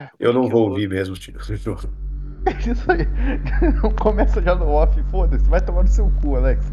Eu Hoje não que eu vou tô. ouvir mesmo, tio. Isso aí. Começa já no off, foda-se. Vai tomar no seu cu, Alex.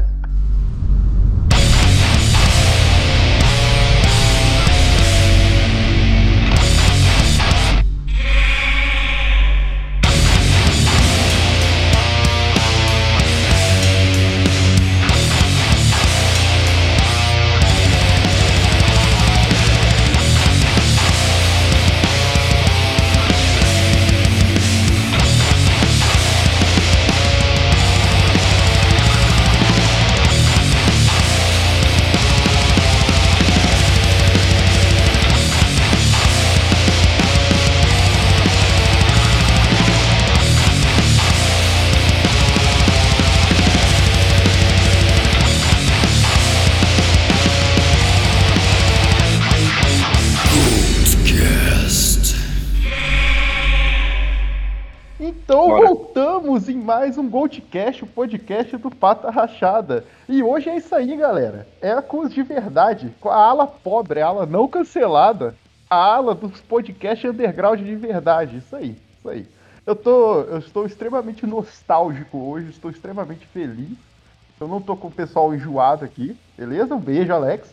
Então Bora. voltamos em mais um Goldcast, o podcast do Pata Rachada. E hoje é isso aí, galera. É a coisa de verdade, com a ala pobre, a ala não cancelada, a ala dos podcasts underground de verdade. Isso aí, isso aí. Eu estou extremamente nostálgico hoje, estou extremamente feliz. Eu não tô com o pessoal enjoado aqui, beleza? Um beijo, Alex.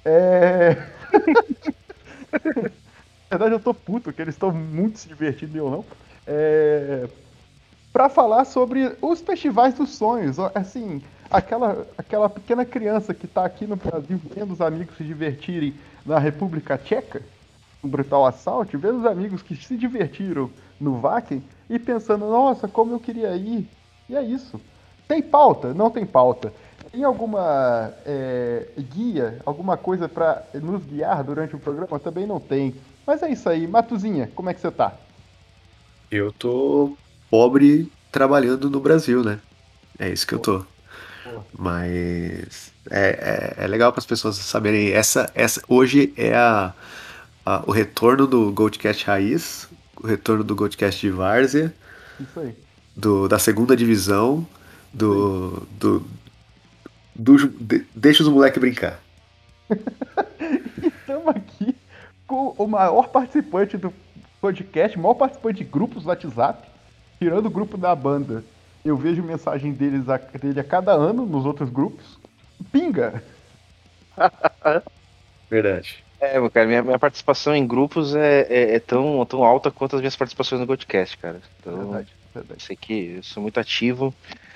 Na verdade, eu tô puto, que eles estão muito se divertindo e eu não. Para falar sobre os festivais dos sonhos. Assim, aquela pequena criança que está aqui no Brasil vendo os amigos se divertirem na República Tcheca, no Brutal Assault, vendo os amigos que se divertiram no Wacken e pensando, nossa, como eu queria ir. E é isso. Tem pauta? Não tem pauta. Tem alguma guia, alguma coisa para nos guiar durante o programa? Também não tem. Mas é isso aí. Matuzinha, como é que você tá? Eu tô pobre trabalhando no Brasil, né? É isso que eu tô. Pô, Mas é legal para as pessoas saberem. Essa hoje é o retorno do Goldcast Raiz, o retorno do Goldcast de Várzea, isso aí. da segunda divisão, Isso aí. do, do, deixa os moleque brincar. Estamos aqui com o maior participante do podcast, o maior participante de grupos do WhatsApp, tirando o grupo da banda. Eu vejo mensagem dele a cada ano nos outros grupos. Pinga! Verdade. Meu cara, minha participação em grupos é tão alta quanto as minhas participações no podcast, cara. Então, Verdade, verdade. sei que eu sou muito ativo.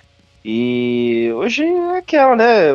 E hoje é aquela, né?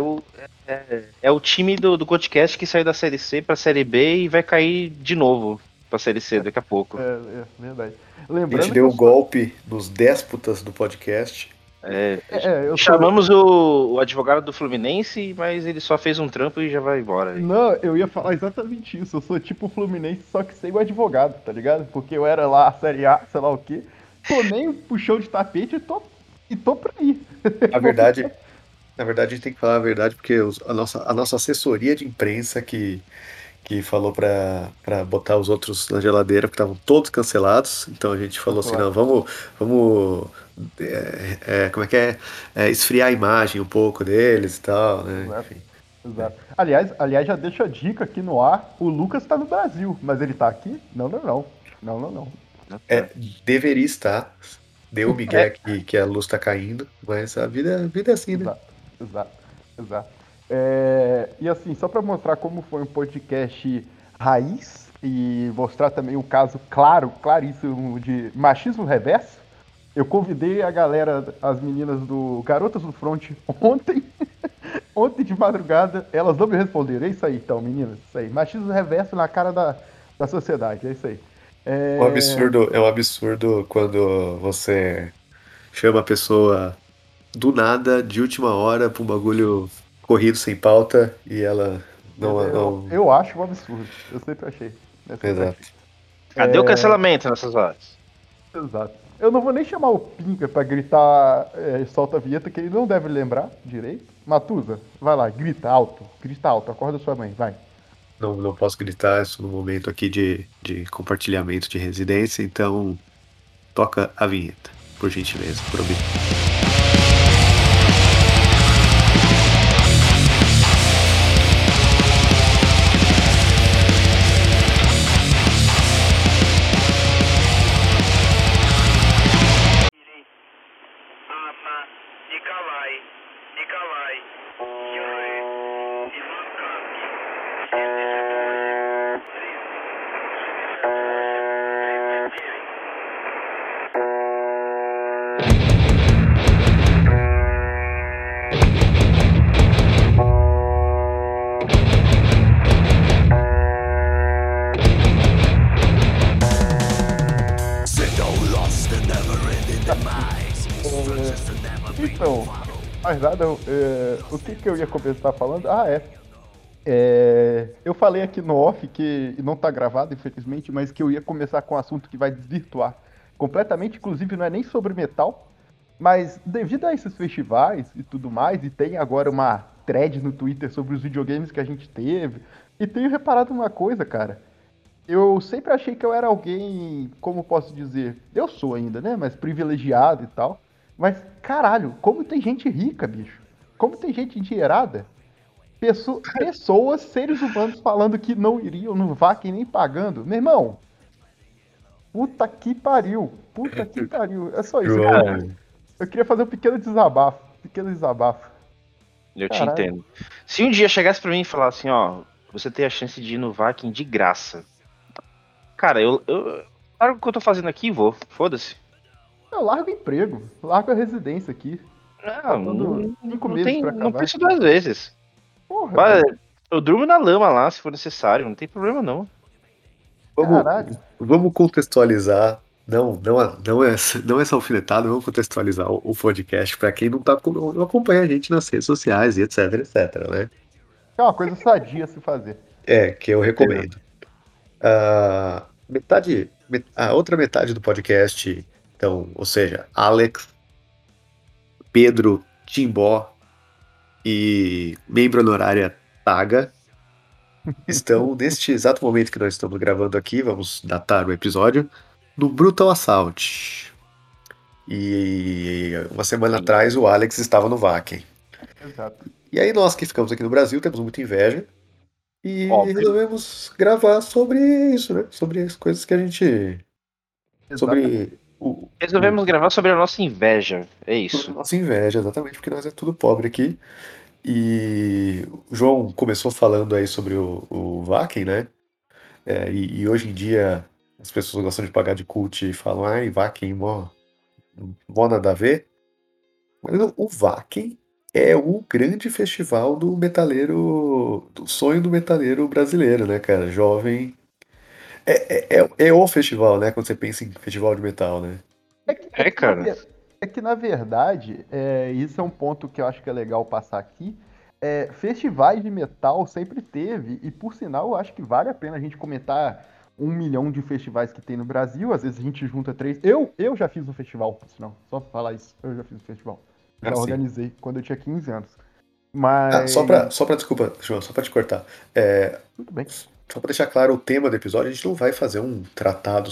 É o time do podcast que saiu da Série C pra Série B e vai cair de novo pra Série C daqui a pouco. Verdade. A gente Lembrando que deu eu o sou. golpe nos déspotas do podcast. Eu sou. Chamamos o advogado do Fluminense, mas ele só fez um trampo e já vai embora. Não, eu ia falar exatamente isso. Eu sou tipo o Fluminense, só que sem o advogado, tá ligado? Porque eu era lá a Série A, sei lá o quê. Tomei um puxão de tapete e tô pra ir. A verdade, na verdade, a gente tem que falar a verdade, porque a nossa assessoria de imprensa que falou pra botar os outros na geladeira, porque estavam todos cancelados. Então a gente falou assim, não, vamos como é que é? Esfriar a imagem um pouco deles e tal, né? Exato. Enfim. Exato. Aliás, já deixa a dica aqui no ar. O Lucas tá no Brasil, mas ele tá aqui? Não, não, não. Não, não, não. É, deveria estar. Deu o migué que a luz tá caindo, mas a vida é assim, né? Exato, exato, exato. E assim, só para mostrar como foi um podcast raiz e mostrar também um caso claríssimo de machismo reverso, eu convidei a galera, as meninas do Garotas do Front ontem, ontem de madrugada, elas não me responderam. É isso aí, então, meninas, isso aí. Machismo reverso na cara da sociedade, é isso aí. É um absurdo quando você chama a pessoa do nada, de última hora, pra um bagulho corrido sem pauta e ela não, não. Eu acho um absurdo. Eu sempre achei. Eu sempre achei. Exato. Cadê o cancelamento nessas horas? Exato. Eu não vou nem chamar o Pinga pra gritar solta a vinheta, que ele não deve lembrar direito. Matusa, vai lá, grita alto, acorda sua mãe, vai. Não posso gritar isso no momento aqui de compartilhamento de residência, então toca a vinheta, por gentileza, por obediência. Então, mas nada, o que eu ia começar falando? Eu falei aqui no off, que e não tá gravado, infelizmente, mas que eu ia começar com um assunto que vai desvirtuar completamente, inclusive não é nem sobre metal, mas devido a esses festivais e tudo mais, e tem agora uma thread no Twitter sobre os videogames que a gente teve, e tenho reparado uma coisa, cara. Eu sempre achei que eu era alguém, como posso dizer, eu sou ainda, né? Mas privilegiado e tal. Mas, caralho, como tem gente rica, bicho. Como tem gente endinheirada. Pessoas, seres humanos falando que não iriam no VAC nem pagando. Meu irmão, puta que pariu. Puta que pariu. É só isso. Cara, João, Eu queria fazer um pequeno desabafo. Pequeno desabafo. eu te Caralho. entendo. Se um dia chegasse pra mim e falasse assim, ó, você tem a chance de ir no Vakin de graça. Cara, eu largo o que eu tô fazendo aqui e vou. Foda-se. Eu largo o emprego. Largo a residência aqui. Não, Faltando 5 meses tem, pra não acabar. penso duas vezes. Porra, Vai, velho. eu durmo na lama lá, se for necessário, não tem problema não. vamos, Caralho. vamos contextualizar. Não essa alfinetada, vamos contextualizar o podcast para quem não acompanha a gente nas redes sociais e etc, etc, né? É uma coisa sadia a se fazer. É, que eu Certeza. recomendo. A outra metade do podcast, então, ou seja, Alex, Pedro, Timbó e membro honorária Taga, estão neste exato momento que nós estamos gravando aqui, vamos datar o episódio, no Brutal Assault. E uma semana Sim, atrás o Alex estava no Wacken. Exato. E aí nós que ficamos aqui no Brasil temos muita inveja e óbvio. resolvemos gravar sobre isso, né? Sobre as coisas que a gente. Exatamente. Sobre o Resolvemos gravar sobre a nossa inveja. É sobre a isso. nossa inveja, exatamente, porque nós é tudo pobre aqui. E o João começou falando aí sobre o Wacken, né? E hoje em dia as pessoas gostam de pagar de cult e falam, ai, Wacken, mó nada a ver. Mas o Wacken é o grande festival do metaleiro, do sonho do metaleiro brasileiro, né, cara? Jovem. É o festival, né? Quando você pensa em festival de metal, né? É que, é É, que, na, cara. ver- é que, na verdade, isso é um ponto que eu acho que é legal passar aqui. Festivais de metal sempre teve, e por sinal, eu acho que vale a pena a gente comentar 1 milhão de festivais que tem no Brasil. Às vezes a gente junta três. Eu já fiz um festival, por sinal. Só pra falar isso, eu já fiz um festival. Já Assim. organizei quando eu tinha 15 anos. Ah, Mas. desculpa, João, só pra te cortar. É, Tudo bem. só pra deixar claro o tema do episódio, a gente não vai fazer um tratado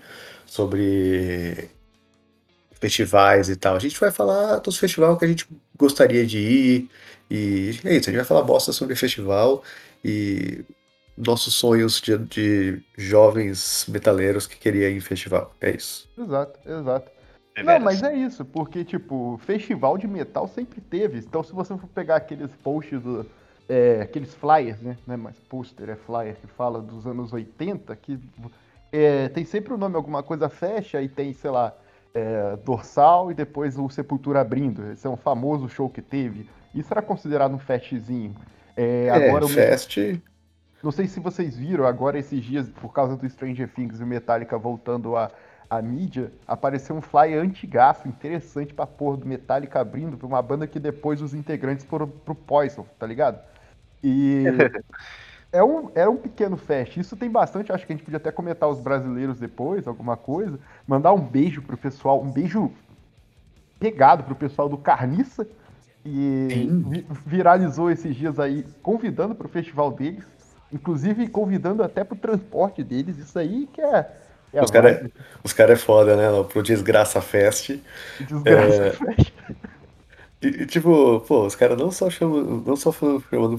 sobre festivais e tal. A gente vai falar dos festivais que a gente gostaria de ir. E é isso, a gente vai falar bosta sobre festival e nossos sonhos de jovens metaleiros que queriam ir em festival. É isso. Exato, exato. Não, mas Deveras. é isso, porque, tipo, festival de metal sempre teve. Então, se você for pegar aqueles posts, aqueles flyers, né? Não é mais pôster, é flyer que fala dos anos 80, que tem sempre o nome alguma coisa fecha e tem, sei lá, Dorsal e depois o Sepultura abrindo. Esse é um famoso show que teve. Isso era considerado um festzinho. Agora, Fest. não sei se vocês viram, agora esses dias, por causa do Stranger Things e o Metallica voltando à mídia, apareceu um flyer antigaço, interessante pra porra do Metallica abrindo pra uma banda que depois os integrantes foram pro Poison, tá ligado? E era um pequeno fest. Isso tem bastante, acho que a gente podia até comentar os brasileiros depois, alguma coisa. Mandar um beijo pro pessoal, um beijo pegado pro pessoal do Carniça, e Sim. viralizou esses dias aí, convidando para o festival deles, inclusive convidando até para o transporte deles. Isso aí que é a Os cara, vibe. os cara é foda, né? Pro Desgraça Fest. Desgraça fecha. Tipo, pô, os caras não só chamando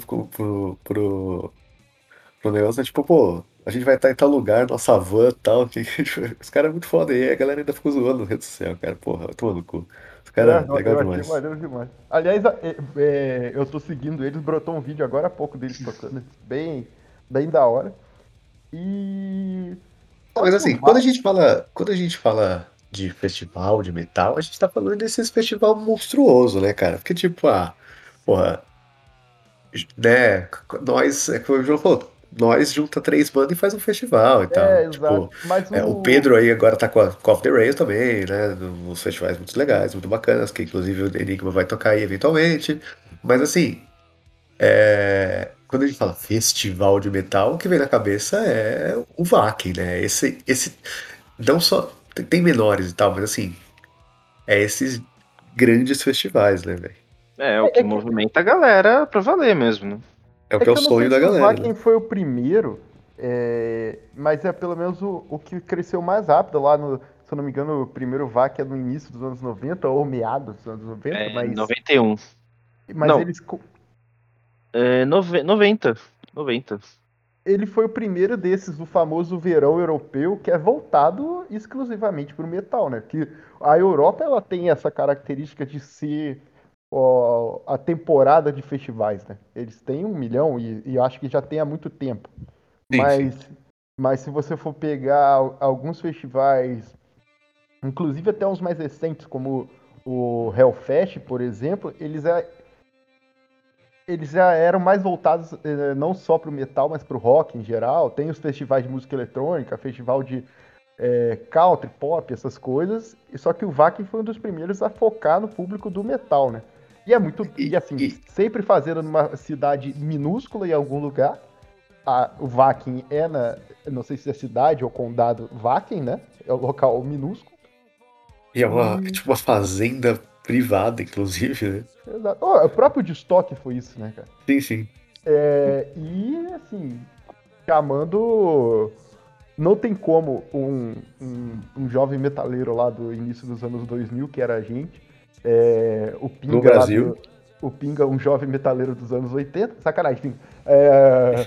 pro negócio, é tipo, pô, a gente vai estar em tal lugar, nossa van e tal. Os caras é muito foda. E aí a galera ainda ficou zoando no rede social, cara. Porra, vai tomar no cu. Os caras, legal Eu achei demais. maneiro demais. Aliás, eu tô seguindo eles, brotou um vídeo agora há pouco deles tocando, bem da hora. E Não, só mas que o assim, VAR, quando a gente fala de festival, de metal, a gente tá falando desses festival monstruoso, né, cara? Porque, tipo, porra, né, nós, é como o João falou, nós junta 3 bandas e faz um festival e tal. Exato. Tipo, Mas o o. Pedro aí agora tá com a Off the Rails também, né? Nos festivais muito legais, muito bacanas, que inclusive o Enigma vai tocar aí eventualmente. Mas assim, quando a gente fala festival de metal, o que vem na cabeça é o Wacken, né? Esse não só tem menores e tal, mas assim, é esses grandes festivais, né, velho? É o É, que é que, movimenta a galera pra valer mesmo, né? É o é que é que o eu não sei sonho da se o galera, né? Wacken foi o primeiro, mas é pelo menos o que cresceu mais rápido lá no. Se eu não me engano, o primeiro Wacken é no início dos anos 90 ou meados dos anos 90, É mas, 91. mas Não, eles, é 90. 90. ele foi o primeiro desses do famoso verão europeu, que é voltado exclusivamente para o metal, né? Que a Europa ela tem essa característica de ser a temporada de festivais, né? Eles têm 1 milhão e eu acho que já tem há muito tempo. Sim, sim. Mas se você for pegar alguns festivais, inclusive até uns mais recentes, como o Hellfest, por exemplo, eles já eram mais voltados não só para o metal, mas para o rock em geral. Tem os festivais de música eletrônica, festival de country, pop, essas coisas. Só que o Wacken foi um dos primeiros a focar no público do metal, né? E assim, E, sempre fazendo numa cidade minúscula em algum lugar. O Wacken não sei se é cidade ou condado Wacken, né? É um local minúsculo. é E tipo uma fazenda privada, inclusive, né? exato. O próprio de estoque foi isso, né, cara? Sim, sim. E assim, chamando. Não tem como um jovem metaleiro lá do início dos anos 2000, que era a gente, o No Pinga lá Brasil. do. O Pinga, um jovem metaleiro dos anos 80, sacanagem, Pinga. É,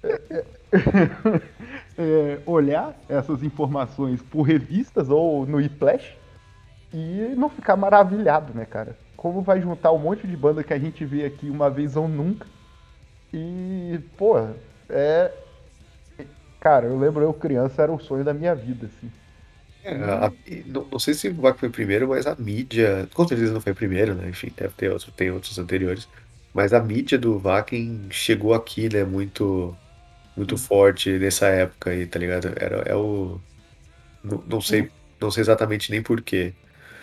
olhar essas informações por revistas ou no eFlash e não ficar maravilhado, né, cara? Como vai juntar um monte de banda que a gente vê aqui uma vez ou nunca e, pô, é. Cara, eu lembro eu criança, era o sonho da minha vida, assim. E E não sei se o Vaca foi o primeiro, mas a mídia. Com certeza não foi o primeiro, né? Enfim, deve ter tem outros anteriores. Mas a mídia do Vakin chegou aqui, né? Muito forte nessa época aí, tá ligado? É o. Não o- sei, não sei exatamente nem porquê.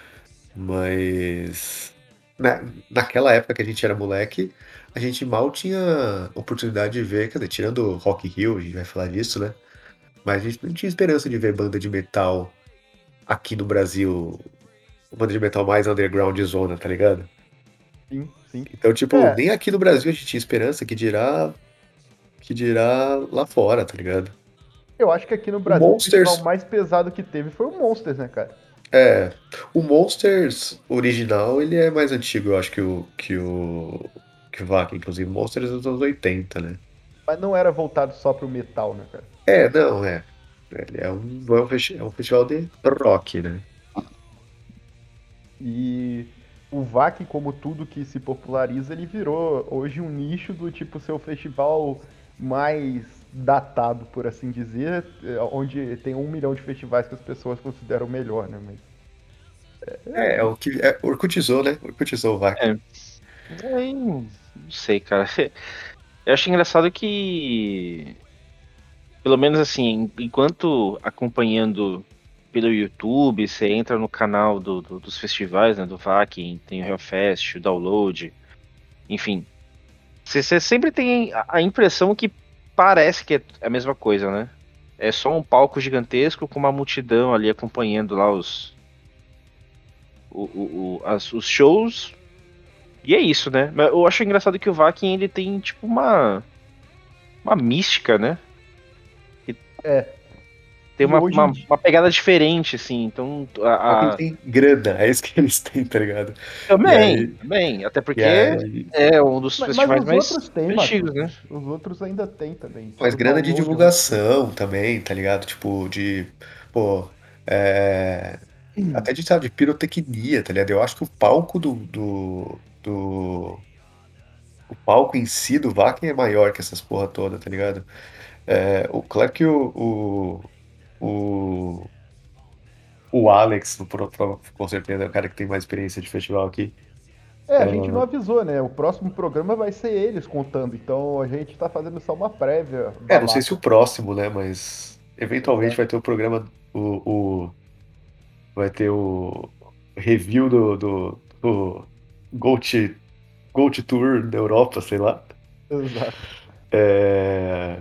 Mas. Naquela época que a gente era moleque, a gente mal tinha oportunidade de ver, quer dizer, tirando o Rock in Rio, a gente vai falar disso, né? Mas a gente não tinha esperança de ver banda de metal aqui no Brasil, banda de metal mais underground zona, tá ligado? sim, sim. Então, tipo, É, nem aqui no Brasil a gente tinha esperança, que dirá lá fora, tá ligado? eu acho que aqui no O Brasil o festival Monsters, mais pesado que teve foi o Monsters, né, cara? é, o Monsters original, ele é mais antigo, eu acho que o Vaca, inclusive, Monsters é dos anos 80, né? Mas não era voltado só pro metal, né, cara? Não, é. Ele é um festival de rock, né? E o VAC, como tudo que se populariza, ele virou hoje um nicho do tipo seu festival mais datado, por assim dizer, onde tem 1 milhão de festivais que as pessoas consideram melhor, né? Mas É o que orcutizou, né? Orcutizou o Vaca. É, aí, não sei, cara. Eu acho engraçado que, pelo menos assim, enquanto acompanhando pelo YouTube, você entra no canal dos festivais, né, do Vakin, tem o Hellfest, o Download, enfim, você sempre tem a impressão que parece que é a mesma coisa, né? É só um palco gigantesco com uma multidão ali acompanhando lá os shows. E é isso, né? Mas eu acho engraçado que o Vakin ele tem tipo uma mística, né? Que é. tem E uma, hoje em uma, dia. O uma pegada diferente, assim. Então, Vaca tem grana, é isso que eles têm, tá ligado? E também, aí, também. Até e porque aí é um dos Mas festivais os mais outros têm, antigos, Matheus. né? Os outros ainda tem também. faz Tipo, o grana de download lá que tem. divulgação também, tá ligado? Tipo, pô, é, até de, sabe, de pirotecnia, tá ligado? Eu acho que o palco o palco em si do Wacken é maior que essas porra toda, tá ligado? Claro que o, o Alex, com certeza, é o cara que tem mais experiência de festival aqui. É, a gente não avisou, né? O próximo programa vai ser eles contando, então a gente tá fazendo só uma prévia Não sei se o babaca. próximo, né? Mas eventualmente Exato. vai ter o programa, vai ter o review do Gold Tour da Europa, sei lá. Exato. É,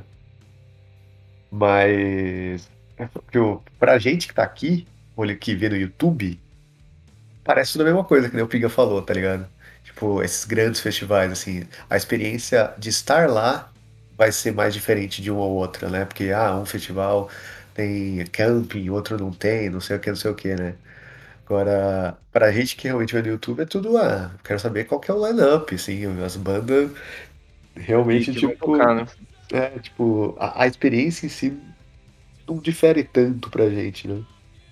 mas pra gente que tá aqui, olha que vê no YouTube, parece tudo a mesma coisa que nem o Pinga falou, tá ligado? Tipo, esses grandes festivais, assim, a experiência de estar lá vai ser mais diferente de uma ou outra, né? Porque, um festival tem camping, outro não tem, não sei o que, não sei o que, né? Agora, pra gente que realmente vê no YouTube, é tudo, quero saber qual que é o line-up, assim, as bandas realmente, Que vai tocar, tipo, né? a experiência em si não difere tanto pra gente, né?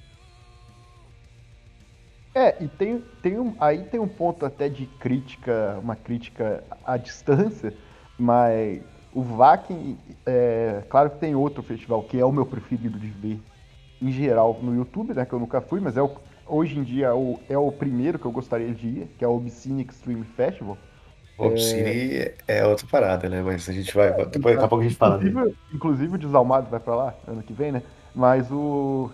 É, e aí tem um ponto até de crítica, uma crítica à distância, mas o Wacken, claro que tem outro festival que é o meu preferido de ver em geral no YouTube, né, que eu nunca fui, mas hoje em dia é o primeiro que eu gostaria de ir, que é o Obscene Extreme Festival. O Obscene é outra parada, né? Mas a gente vai. Depois, daqui a Exato. pouco a gente fala dele. Inclusive o Desalmado vai pra lá ano que vem, né? Mas o.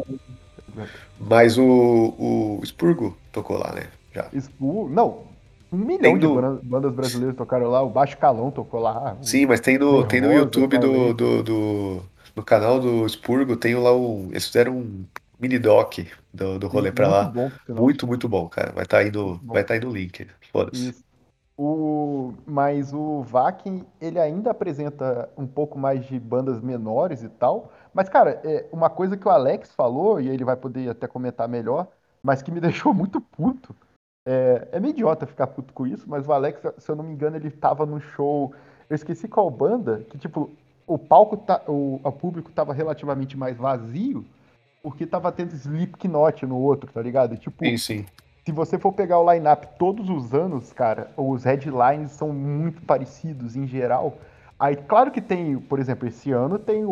Mas o Spurgo tocou lá, né? Já. Não, 1 milhão Tem de no. bandas brasileiras tocaram lá, o Baixo Calão tocou lá, o Sim, mas tem no Nervosa, YouTube Violeta. no canal do Spurgo, tem lá eles fizeram um mini doc do Sim, rolê pra muito lá. bom, por sinal. Muito, muito bom, cara. Muito Vai bom. tá aí no link. Foda-se. Isso. Mas o Vakin, ele ainda apresenta um pouco mais de bandas menores e tal. Mas, cara, uma coisa que o Alex falou, e ele vai poder até comentar melhor, mas que me deixou muito puto. É meio idiota ficar puto com isso, mas o Alex, se eu não me engano, ele tava no show. Eu esqueci qual banda, que tipo, o palco, o público tava relativamente mais vazio, porque tava tendo Slipknot no outro, tá ligado? E, Sim, tipo, sim. se você for pegar o line-up todos os anos, cara, os headlines são muito parecidos em geral. Aí, claro que tem, por exemplo, esse ano tem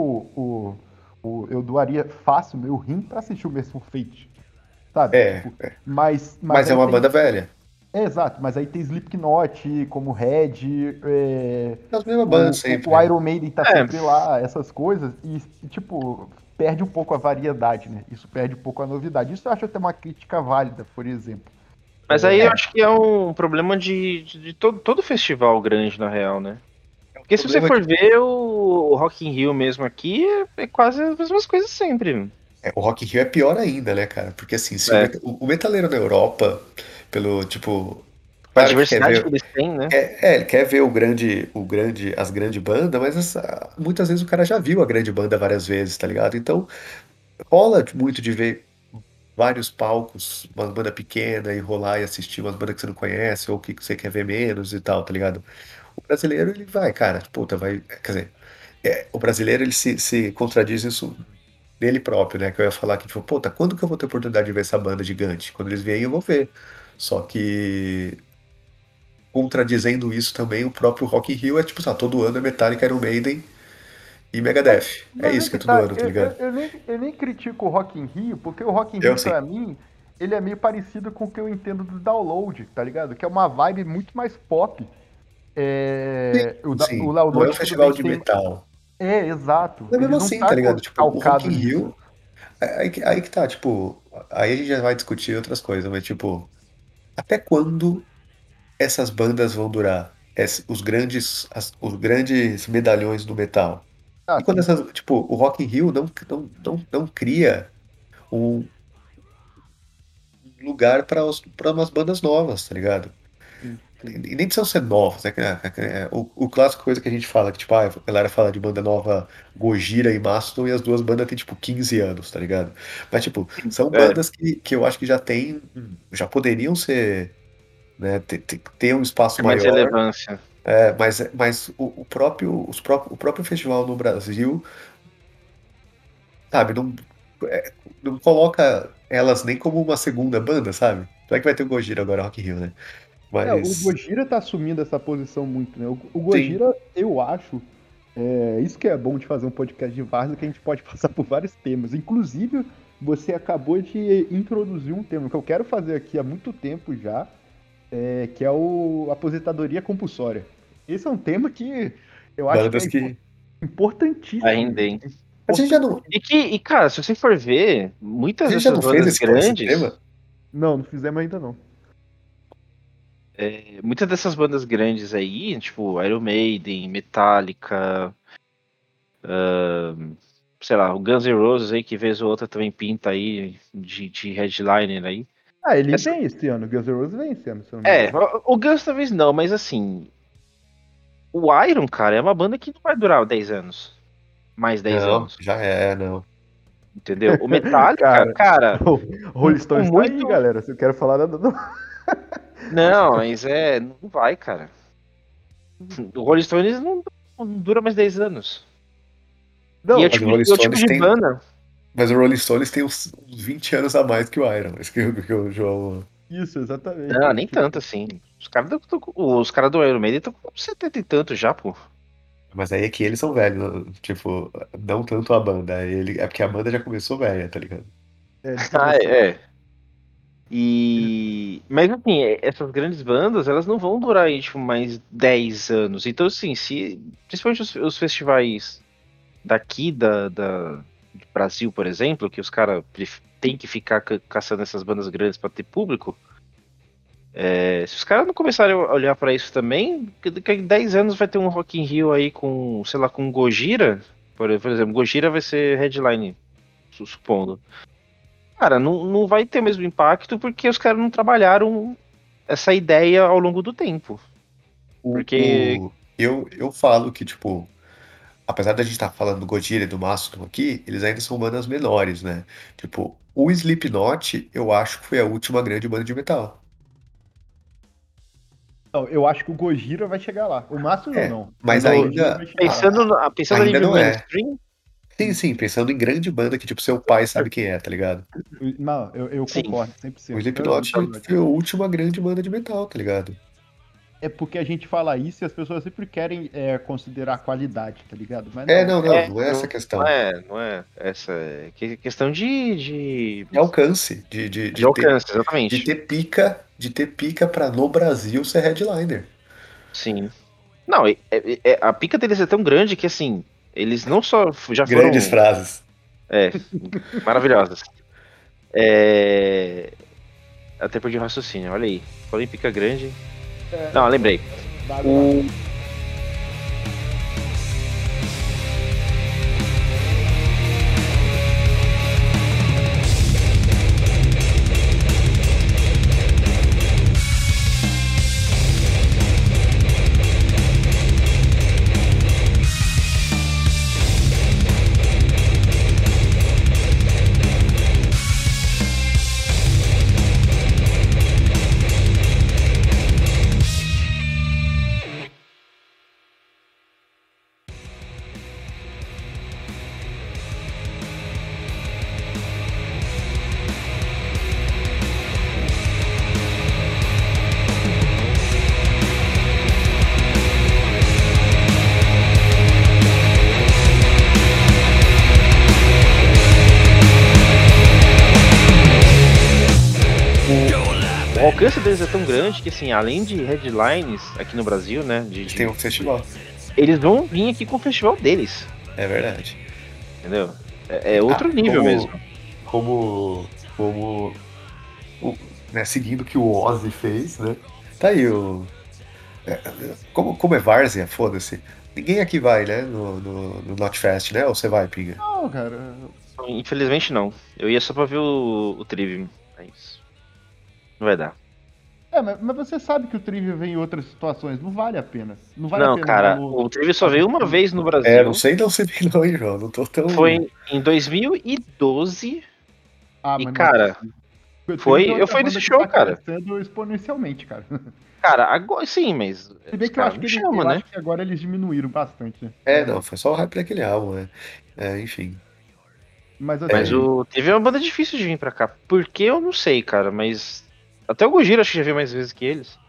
eu doaria fácil meu rim pra assistir o mesmo Fate, sabe? É, Tipo, mas mas é aí uma tem. banda velha. Exato, mas aí tem Slipknot como Red, É as mesmas bandas o sempre. Iron Maiden tá É, sempre lá, essas coisas, tipo, perde um pouco a variedade, né? Isso perde um pouco a novidade. Isso eu acho até uma crítica válida, por exemplo. mas aí eu É, acho que é um problema de todo festival grande, na real, né? o Porque se você problema é for que ver o Rock in Rio mesmo aqui, é quase as mesmas coisas sempre. o Rock in Rio é pior ainda, né, cara? Porque assim, se É, o metaleiro na Europa, pelo tipo, com a claro que diversidade que eles têm, né? ele quer ver as grandes bandas, mas muitas vezes o cara já viu a grande banda várias vezes, tá ligado? Então rola muito de ver vários palcos, uma banda pequena e rolar e assistir umas bandas que você não conhece ou que você quer ver menos e tal, tá ligado? O brasileiro, ele vai, cara, puta, vai, quer dizer, o brasileiro, ele se contradiz isso dele próprio, né? Que eu ia falar que, tipo, puta, quando que eu vou ter oportunidade de ver essa banda gigante? Quando eles vierem, eu vou ver. Só que, contradizendo isso também, o próprio Rock in Rio é tipo, todo ano é Metallica, Iron Maiden e Megadeth. É Mas é isso que que é todo tá, ano, tá ligado? eu nem critico o Rock in Rio, porque o Rock in Eu Rio, sim. pra mim, ele é meio parecido com o que eu entendo do download, tá ligado? Que é uma vibe muito mais pop. O Sim, não é um download, tudo bem festival que de tem. metal. É, exato. Mas mesmo Ele não assim, tá tá ligado? Tipo, o Rock calcado in nisso. Rio, aí que tá, tipo, aí a gente já vai discutir outras coisas, mas tipo, até quando essas bandas vão durar? Os grandes medalhões do metal. Ah, E quando sim. tipo, o Rock in Rio não cria um lugar para umas bandas novas, tá ligado? Sim, sim. E nem precisam ser novas, né? O clássico coisa que a gente fala, que tipo, a galera fala de banda nova Gojira e Mastodon e as duas bandas têm tipo 15 anos, tá ligado? Mas tipo, são É, bandas que eu acho que já poderiam ser, né, ter um espaço tem mais maior, relevância. mas o próprio festival no Brasil, sabe, não coloca elas nem como uma segunda banda, sabe? Será que vai ter o Gojira agora, Rock in Rio, né? O Mas, Gojira tá assumindo essa posição muito, né? O sim, Gojira, eu acho, isso que é bom de fazer um podcast de Várzea, que a gente pode passar por vários temas. Inclusive, você acabou de introduzir um tema que eu quero fazer aqui há muito tempo já, que é o aposentadoria compulsória. Esse é um tema que eu acho que Bandas é que. Vai importantíssimo. render, hein? A gente já não, Cara, se você for ver, a muitas gente já dessas não fez bandas esse grandes, tema? Não fizemos ainda não. muitas dessas bandas grandes aí, tipo Iron Maiden, Metallica, sei lá, o Guns N' Roses aí, que vez ou outra também pinta aí de headliner aí. Ah, ele Essa- vem esse ano, Guns N' Roses vem esse ano, se eu não me engano. o Guns talvez não, mas assim, o Iron, cara, é uma banda que não vai durar 10 anos. Mais 10 Não, anos. já é, não. Entendeu? O Metallica, Cara, cara, o com, Rolling com Stones tá aí, muito. galera. Se eu quero falar nada, não. Não, mas não vai, cara. O Rolling Stones não dura mais 10 anos. E é Não, Mas o Rolling é o tipo Stones de tem. banda. Mas o Rolling Stones tem uns 20 anos a mais que o Iron. Isso que o João. isso, Não, exatamente. nem tanto Tipo, assim. Os caras do Iron Maiden estão com 70 e tanto já, pô. Mas aí é que eles são velhos, né? Tipo, não tanto a banda. É porque a banda já começou velha, tá ligado? eles Ah, começaram. Mas assim, essas grandes bandas, elas não vão durar aí, tipo, mais 10 anos. Então, assim, se. Principalmente os festivais daqui do Brasil, por exemplo, que os caras têm que ficar caçando essas bandas grandes para ter público, se os caras não começarem a olhar para isso também, daqui a 10 anos vai ter um Rock in Rio aí com, sei lá, com Gojira, por exemplo, Gojira vai ser headline, supondo. Cara, não vai ter o mesmo impacto porque os caras não trabalharam essa ideia ao longo do tempo. Porque, Eu falo que, tipo, apesar da gente estar falando do Gojira e do Mastodon aqui, eles ainda são bandas menores, né? Tipo, o Slipknot, eu acho que foi a última grande banda de metal. Não, eu acho que o Gojira vai chegar lá. O Mastodon É, não, mas mas o Gojira ainda, vai chegar lá. pensando a ainda nível não é. mainstream, Sim, sim, pensando em grande banda que, tipo, seu pai sabe quem é, tá ligado? Não, eu sim. concordo, O 100%. Slipknot foi a última grande banda de metal, tá ligado? É porque a gente fala isso e as pessoas sempre querem considerar a qualidade, tá ligado? Mas É, não, não, não, não é essa a questão. Não é essa questão É alcance, de alcance, exatamente. de ter pica pra no Brasil ser headliner. Sim. Não, a pica deles é tão grande que assim, eles não só já Grandes foram frases. é, maravilhosas. É, até perdi o raciocínio, olha aí. Falei em pica grande. Não, lembrei. nada, nada. O, o alcance deles é tão grande que assim, além de headlines aqui no Brasil, né, Eles têm um festival. eles vão vir aqui com o festival deles, É verdade. entendeu? É outro nível mesmo. Como, como, o- né, seguindo o que o Ozzy fez, né? Tá aí é, como é várzea, foda-se. Ninguém aqui vai, né, no Notfest, né? Ou você vai, Pinga? Não, cara. Infelizmente não. Eu ia só pra ver o Trivium. É isso. Não vai dar. Mas você sabe que o Trivia vem em outras situações. Não vale a pena. Não vale a Não, pena o cara, valor o Trivium só veio uma absurdo. vez no É, não Brasil. sei não se bem não, hein, João. Não tô Foi tão. em 2012. Ah, E, mas não é cara, possível. O Trivia é eu outra fui nesse banda que show, tá cara. crescendo exponencialmente, cara. Cara, agora sim, mas Se bem os que eu caras acho não que chamam, eu né? acho que agora eles diminuíram bastante, né? É, não, foi só o hype daquele álbum, né? É, enfim. Mas Mas assim, o Trivium é uma banda difícil de vir pra cá. Por que eu não sei, cara, mas. Até o Gojira acho que já veio mais vezes que eles.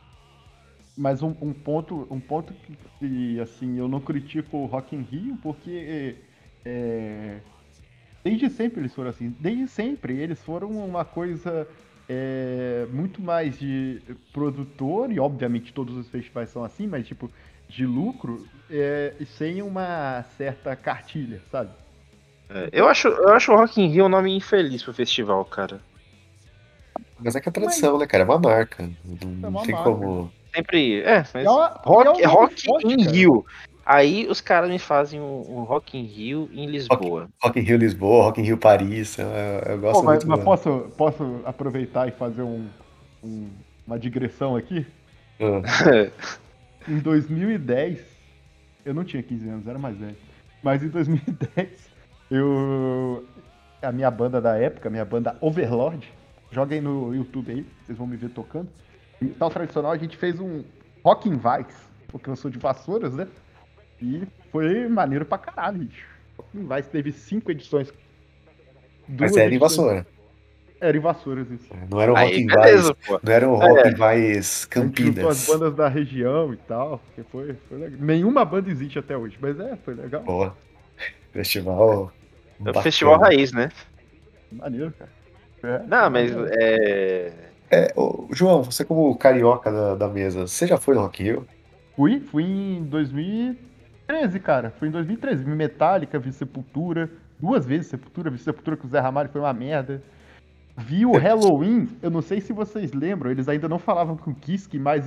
mas um ponto que, assim, eu não critico o Rock in Rio, porque desde sempre eles foram assim. Desde sempre eles foram uma coisa é muito mais de produtor, e obviamente todos os festivais são assim, mas tipo, de lucro, sem uma certa cartilha, sabe? Eu acho o Rock in Rio um nome infeliz pro festival, cara. Mas é que é Mas tradição, né, cara? É uma marca. Não, é não uma tem marca. como. Sempre. E é, Mas. e é um Rock, nome Rock forte, in cara. Rio. Aí os caras me fazem um Rock in Rio em Rock, Lisboa. Rock in Rio Lisboa, Rock in Rio Paris. Eu Pô, gosto mas, muito. mas posso aproveitar e fazer uma digressão aqui? Ah, Em 2010, eu não tinha 15 anos, era mais velho. Mas em 2010, eu. A minha banda da época, a minha banda Overlord, joguem no YouTube aí, vocês vão me ver tocando. Em metal tradicional, a gente fez um Rock in Vice, porque eu sou de Vassouras, né? E foi maneiro pra caralho, bicho. Rock in Vice teve 5 edições, mas duas era em edições. Vassoura. Era em Vassouras isso. Não era um Rock Aí, in Vice. beleza, pô. Não era um Rock in É, Vice A gente juntou as Campinas. bandas da região e tal, porque foi legal. Nenhuma banda existe até hoje, mas foi legal. Boa. Festival é o festival bacana. raiz, né? Maneiro, cara. Foi Não, mas maneiro. Ô, João, você como carioca da mesa, você já foi no Rock in Rio? Fui em 2013, cara. Fui em 2013. Vi Metallica, vi Sepultura. Duas vezes Sepultura. Vi Sepultura com o Zé Ramalho, foi uma merda. Vi o Halloween, eu não sei se vocês lembram, eles ainda não falavam com o Kiske, mas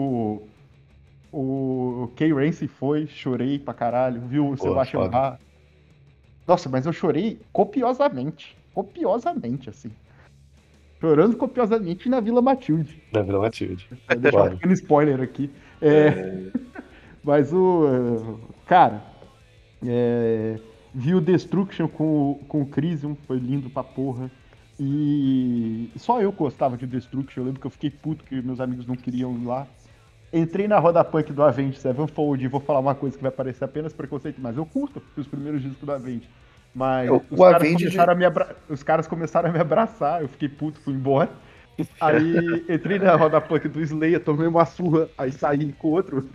o Kay Rance foi, chorei pra caralho. Vi o Pô, Sebastian foda. Bach. Nossa, mas eu chorei copiosamente. Copiosamente, assim. Chorando copiosamente na Vila Matilde. Na Vila Matilde. Vou deixar um Foda. pequeno spoiler aqui. É, Mas o. Cara, vi o Destruction com o Crisium, foi lindo pra porra. E só eu gostava de Destruction. Eu lembro que eu fiquei puto que meus amigos não queriam ir lá. Entrei na roda punk do Avenged Sevenfold e vou falar uma coisa que vai parecer apenas preconceito, mas eu curto os primeiros discos do Avenged. Mas O Avenged. os caras começaram a me abraçar, eu fiquei puto, fui embora. Aí entrei na roda punk do Slayer, tomei uma surra, aí saí com outro.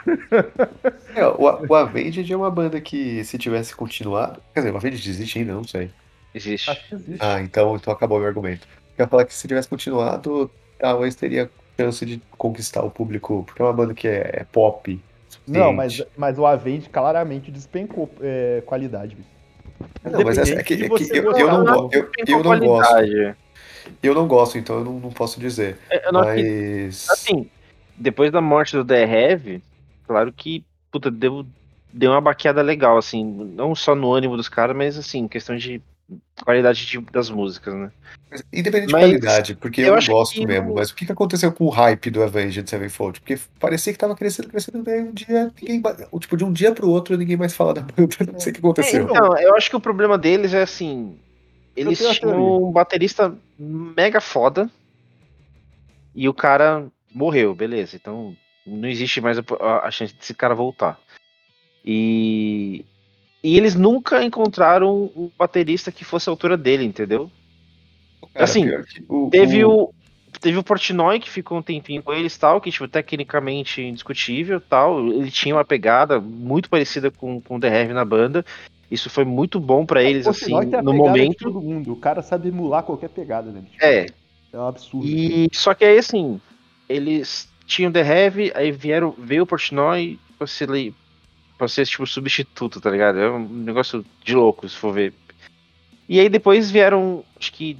O Avenged é uma banda que, se tivesse continuado. Quer dizer, o Avenged existe ainda, não sei. Acho existe. que existe. Ah, então acabou o meu argumento. Eu ia falar que se tivesse continuado, talvez teria chance de conquistar o público, porque é uma banda que é pop, Não, suficiente. mas o Avenged claramente despencou qualidade. Bicho. Não, mas Independente de é que você eu Não, gostar não, ou não acho go- não. que tem com eu não gosto. qualidade. Eu não gosto, então eu não posso dizer. Eu não acho que. Mas. Assim, depois da morte do The Heavy, claro que, puta, deu uma baqueada legal, assim, não só no ânimo dos caras, mas assim, questão de qualidade das músicas, né? Independente de Mas qualidade, porque eu eu não acho gosto que mesmo. Mas o que aconteceu com o hype do Avenged Sevenfold? Porque parecia que tava crescendo, crescendo, daí um dia, tipo, de um dia pro outro, ninguém mais fala da banda. Não sei o que aconteceu. Então, então, eu acho que o problema deles é assim, eu eles tenho a tinham teoria. um baterista mega foda e o cara morreu, beleza. Então não existe mais a chance desse cara voltar. E, e eles nunca encontraram um baterista que fosse a altura dele, entendeu? Cara, Assim, pior que teve o Portnoy que ficou um tempinho com eles, tal, que tipo, tecnicamente indiscutível, tal. Ele tinha uma pegada muito parecida com o The Heavy na banda. Isso foi muito bom pra O eles, Portnoy assim, tem a no pegada de momento. todo mundo. O cara sabe emular qualquer pegada, né, bicho? É. É um absurdo. E só que aí, assim, eles tinham The Heavy, aí veio o Portnoy pra ser tipo substituto, tá ligado? É um negócio de louco, se for ver. E aí depois vieram, acho que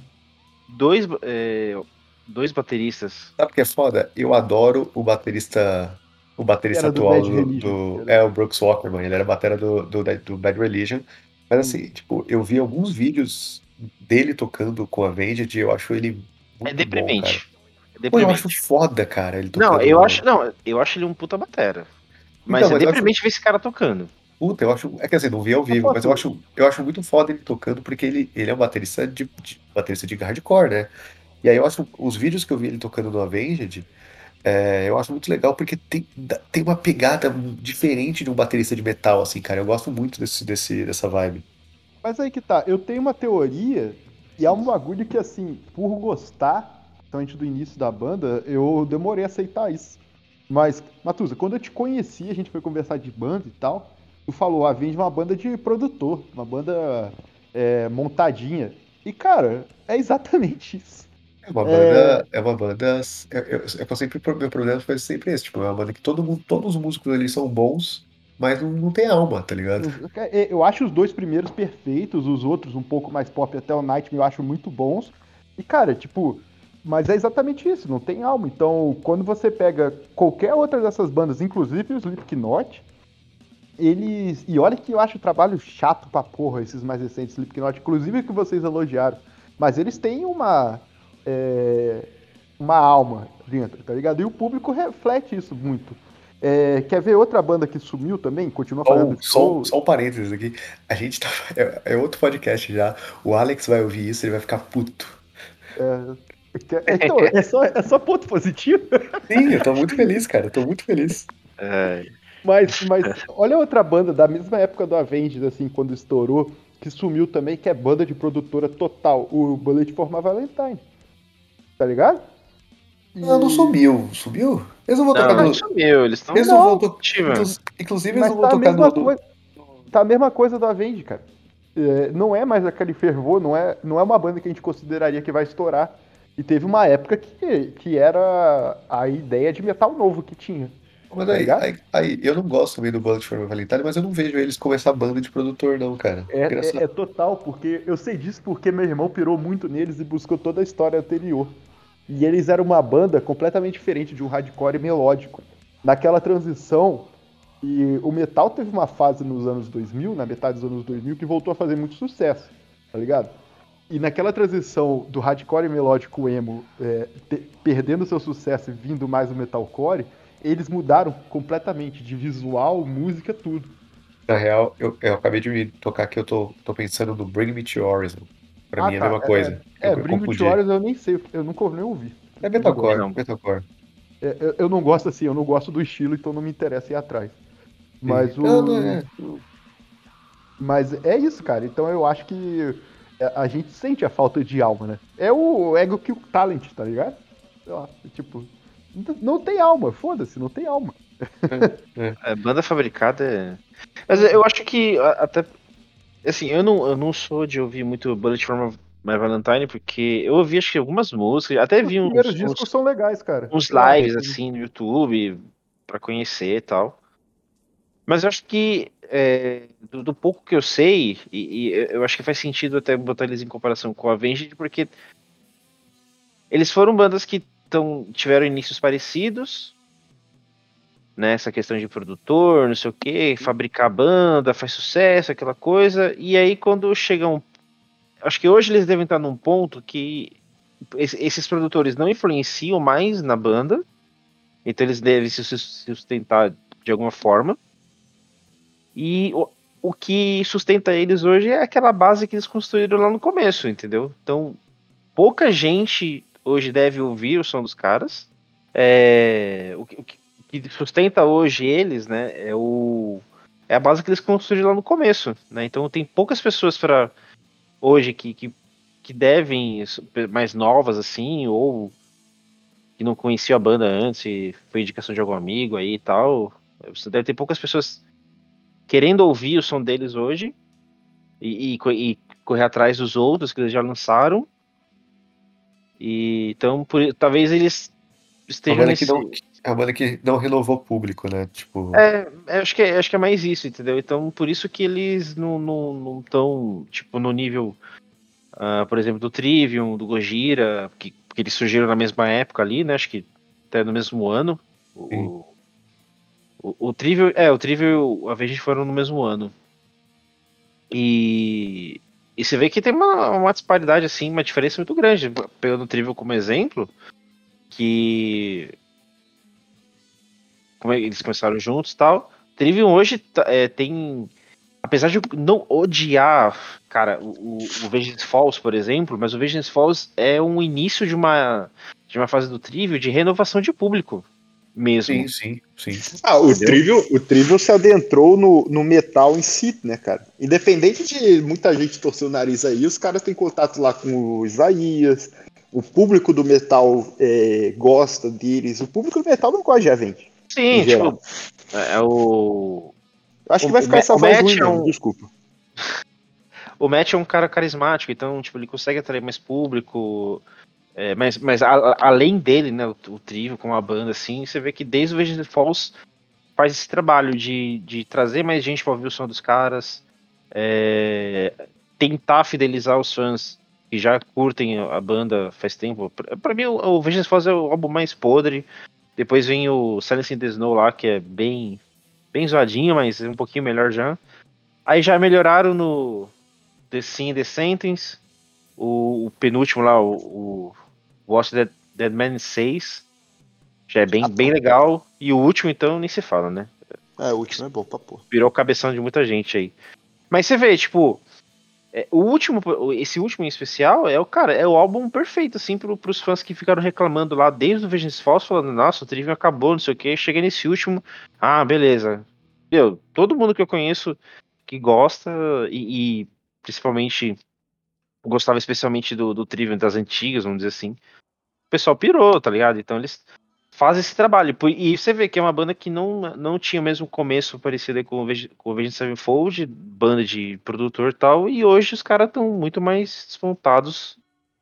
dois bateristas. Sabe o que é foda? Eu adoro o Que baterista era do atual Bad Religion. o Brooks Walkerman, ele era batera do Bad Religion, mas assim, tipo, eu vi alguns vídeos dele tocando com a Avenged e eu acho ele É muito bom, cara. deprimente. É Pô, eu acho deprimente. foda, cara, ele Não, tocando no... eu acho ele um puta batera. Então, Mas é mas eu acho, deprimente ver esse cara tocando. puta, eu acho, é que assim, não vi ao Eu vivo, mas posso. eu acho muito foda ele tocando porque ele é um baterista de hardcore, né? E aí eu acho, os vídeos que eu vi ele tocando no Avenged, eu acho muito legal porque tem uma pegada diferente de um baterista de metal, assim, cara. Eu gosto muito dessa vibe. Mas aí que tá, eu tenho uma teoria, e é um bagulho que, assim, por gostar, principalmente do início da banda, eu demorei a aceitar isso. Mas, Matusa, quando eu te conheci, a gente foi conversar de banda e tal, tu falou, a Avenged é uma banda de produtor, uma banda montadinha. E, cara, é exatamente isso. É uma banda. Meu problema foi sempre esse. Tipo, é uma banda que todos os músicos ali são bons, mas não tem alma, tá ligado? Eu acho os dois primeiros perfeitos, os outros um pouco mais pop, até o Nightmare eu acho muito bons. E, cara, tipo, mas é exatamente isso, não tem alma. Então, quando você pega qualquer outra dessas bandas, inclusive o Slipknot, eles. E olha que eu acho o trabalho chato pra porra, esses mais recentes Slipknot, inclusive que vocês elogiaram. Mas eles têm é, uma alma dentro, tá ligado? E o público reflete isso muito. Quer ver outra banda que sumiu também? Continua fazendo show. Só um parênteses aqui. A gente tá. É outro podcast já. O Alex vai ouvir isso, ele vai ficar puto. Então, é só ponto positivo. Sim, eu tô muito feliz, cara. Eu tô muito feliz. É, Mas olha outra banda da mesma época do Avenged, assim, quando estourou, que sumiu também, que é banda de produtora total, o Bullet for My Valentine. Tá ligado? Não, não E. sumiu. Sumiu? Eles não vão tocar não, não no. sumiu, eles Eles estão não vão Não, tocar. ativa. Inclusive, eles mas não vão tá a tocar mesma coisa. Tá a mesma coisa do Avenged, cara. Não é mais aquele fervor, não é uma banda que a gente consideraria que vai estourar. E teve uma época que era a ideia de metal novo que tinha, Mas tá ligado? eu não gosto também do Bullet for My Valentine, mas eu não vejo eles como essa banda de produtor, não, cara. É, Engraçado. é total, porque eu sei disso porque meu irmão pirou muito neles e buscou toda a história anterior. E eles eram uma banda completamente diferente de um hardcore melódico. Naquela transição, e o metal teve uma fase nos anos 2000, na metade dos anos 2000, que voltou a fazer muito sucesso, tá ligado? E naquela transição do hardcore melódico emo perdendo seu sucesso e vindo mais o metalcore, eles mudaram completamente de visual, música, tudo. Na real, eu acabei de me tocar que eu tô pensando no Bring Me to Horizon. Pra Ah, mim é a tá. mesma coisa. Eu Bring Me to confundi. Horizon eu nem sei, eu nunca nem ouvi. É Eu não gosto. metalcore, Não. metalcore. Eu não gosto assim, eu não gosto do estilo, então não me interessa ir atrás. Sim. Mas Não, não o. é. Mas é isso, cara. Então eu acho que a gente sente a falta de alma, né? É o ego que o talent, tá ligado? Sei lá, tipo, não tem alma, foda-se, não tem alma. É. Banda fabricada é. Mas eu acho que até. Assim, eu não sou de ouvir muito Bullet for My Valentine, porque eu ouvi acho que algumas músicas, até Os vi primeiros discos são legais, cara. uns Eu acho. lives assim no YouTube pra conhecer e tal. Mas eu acho que do pouco que eu sei, e eu acho que faz sentido até botar eles em comparação com a Avenged, porque eles foram bandas que tiveram inícios parecidos, né? Essa questão de produtor, não sei o quê, fabricar banda, faz sucesso, aquela coisa. E aí quando chegam. Acho que hoje eles devem estar num ponto que esses produtores não influenciam mais na banda, então eles devem se sustentar de alguma forma. E o que sustenta eles hoje é aquela base que eles construíram lá no começo, entendeu? Então, pouca gente hoje deve ouvir o som dos caras. O que sustenta hoje eles, né, é a base que eles construíram lá no começo, né? Então, tem poucas pessoas para hoje que devem, mais novas assim, ou que não conheciam a banda antes e foi indicação de algum amigo aí e tal. Você deve ter poucas pessoas querendo ouvir o som deles hoje e correr atrás dos outros que eles já lançaram. E então, talvez eles É uma estejam banda que nesse. não, é uma banda que não renovou público, né? Tipo, Acho que é mais isso, entendeu? Então, por isso que eles não estão, tipo, no nível, por exemplo, do Trivium, do Gojira, que eles surgiram na mesma época ali, né? Acho que até no mesmo ano. sim. O Trivium, o Trivium e o Avenged foram no mesmo ano. E você vê que tem uma disparidade, assim, uma diferença muito grande. Pegando o Trivial como exemplo, que como eles começaram juntos e tal. Trivium hoje tem. Apesar de eu não odiar, cara, o Vengeance Falls, por exemplo, mas o Vengeance Falls é um início de uma fase do Trivial de renovação de público Sim, mesmo. sim, sim. Ah, o Entendeu? Trivial, o Trivial se adentrou no metal em si, né, cara? Independente de muita gente torcer o nariz aí, os caras têm contato lá com o Isaías, o público do metal gosta deles, o público do metal não gosta de Avenged, em Sim, geral. tipo, é o. Eu acho que vai ficar essa O voz Matt ruim é mesmo, um, desculpa. o Matt é um cara carismático, então, tipo, ele consegue atrair mais público. Mas além dele, né, o Trivium com a banda, assim, você vê que desde o Avenged Falls faz esse trabalho de trazer mais gente pra ouvir o som dos caras, é, tentar fidelizar os fãs que já curtem a banda faz tempo. Pra mim, o Avenged Falls é o álbum mais podre. Depois vem o Silence in the Snow lá, que é bem zoadinho, mas é um pouquinho melhor já. Aí já melhoraram no The Sin and the Sentence, o penúltimo lá, o Watch Dead Man 6, já é bem legal. E o último, então, nem se fala, né? O último é bom pra porra. Virou cabeção de muita gente aí. Mas você vê, tipo, esse último em especial é o álbum perfeito, assim, pros fãs que ficaram reclamando lá desde o Vengeance Falls, falando, nossa, o Trivium acabou, não sei o que. Cheguei nesse último, beleza. Todo mundo que eu conheço que gosta e principalmente gostava especialmente do Trivium das antigas, vamos dizer assim. O pessoal pirou, tá ligado? Então eles fazem esse trabalho. E você vê que é uma banda que não tinha o mesmo começo parecido aí com o Avenged Sevenfold, banda de produtor e tal, e hoje os caras estão muito mais despontados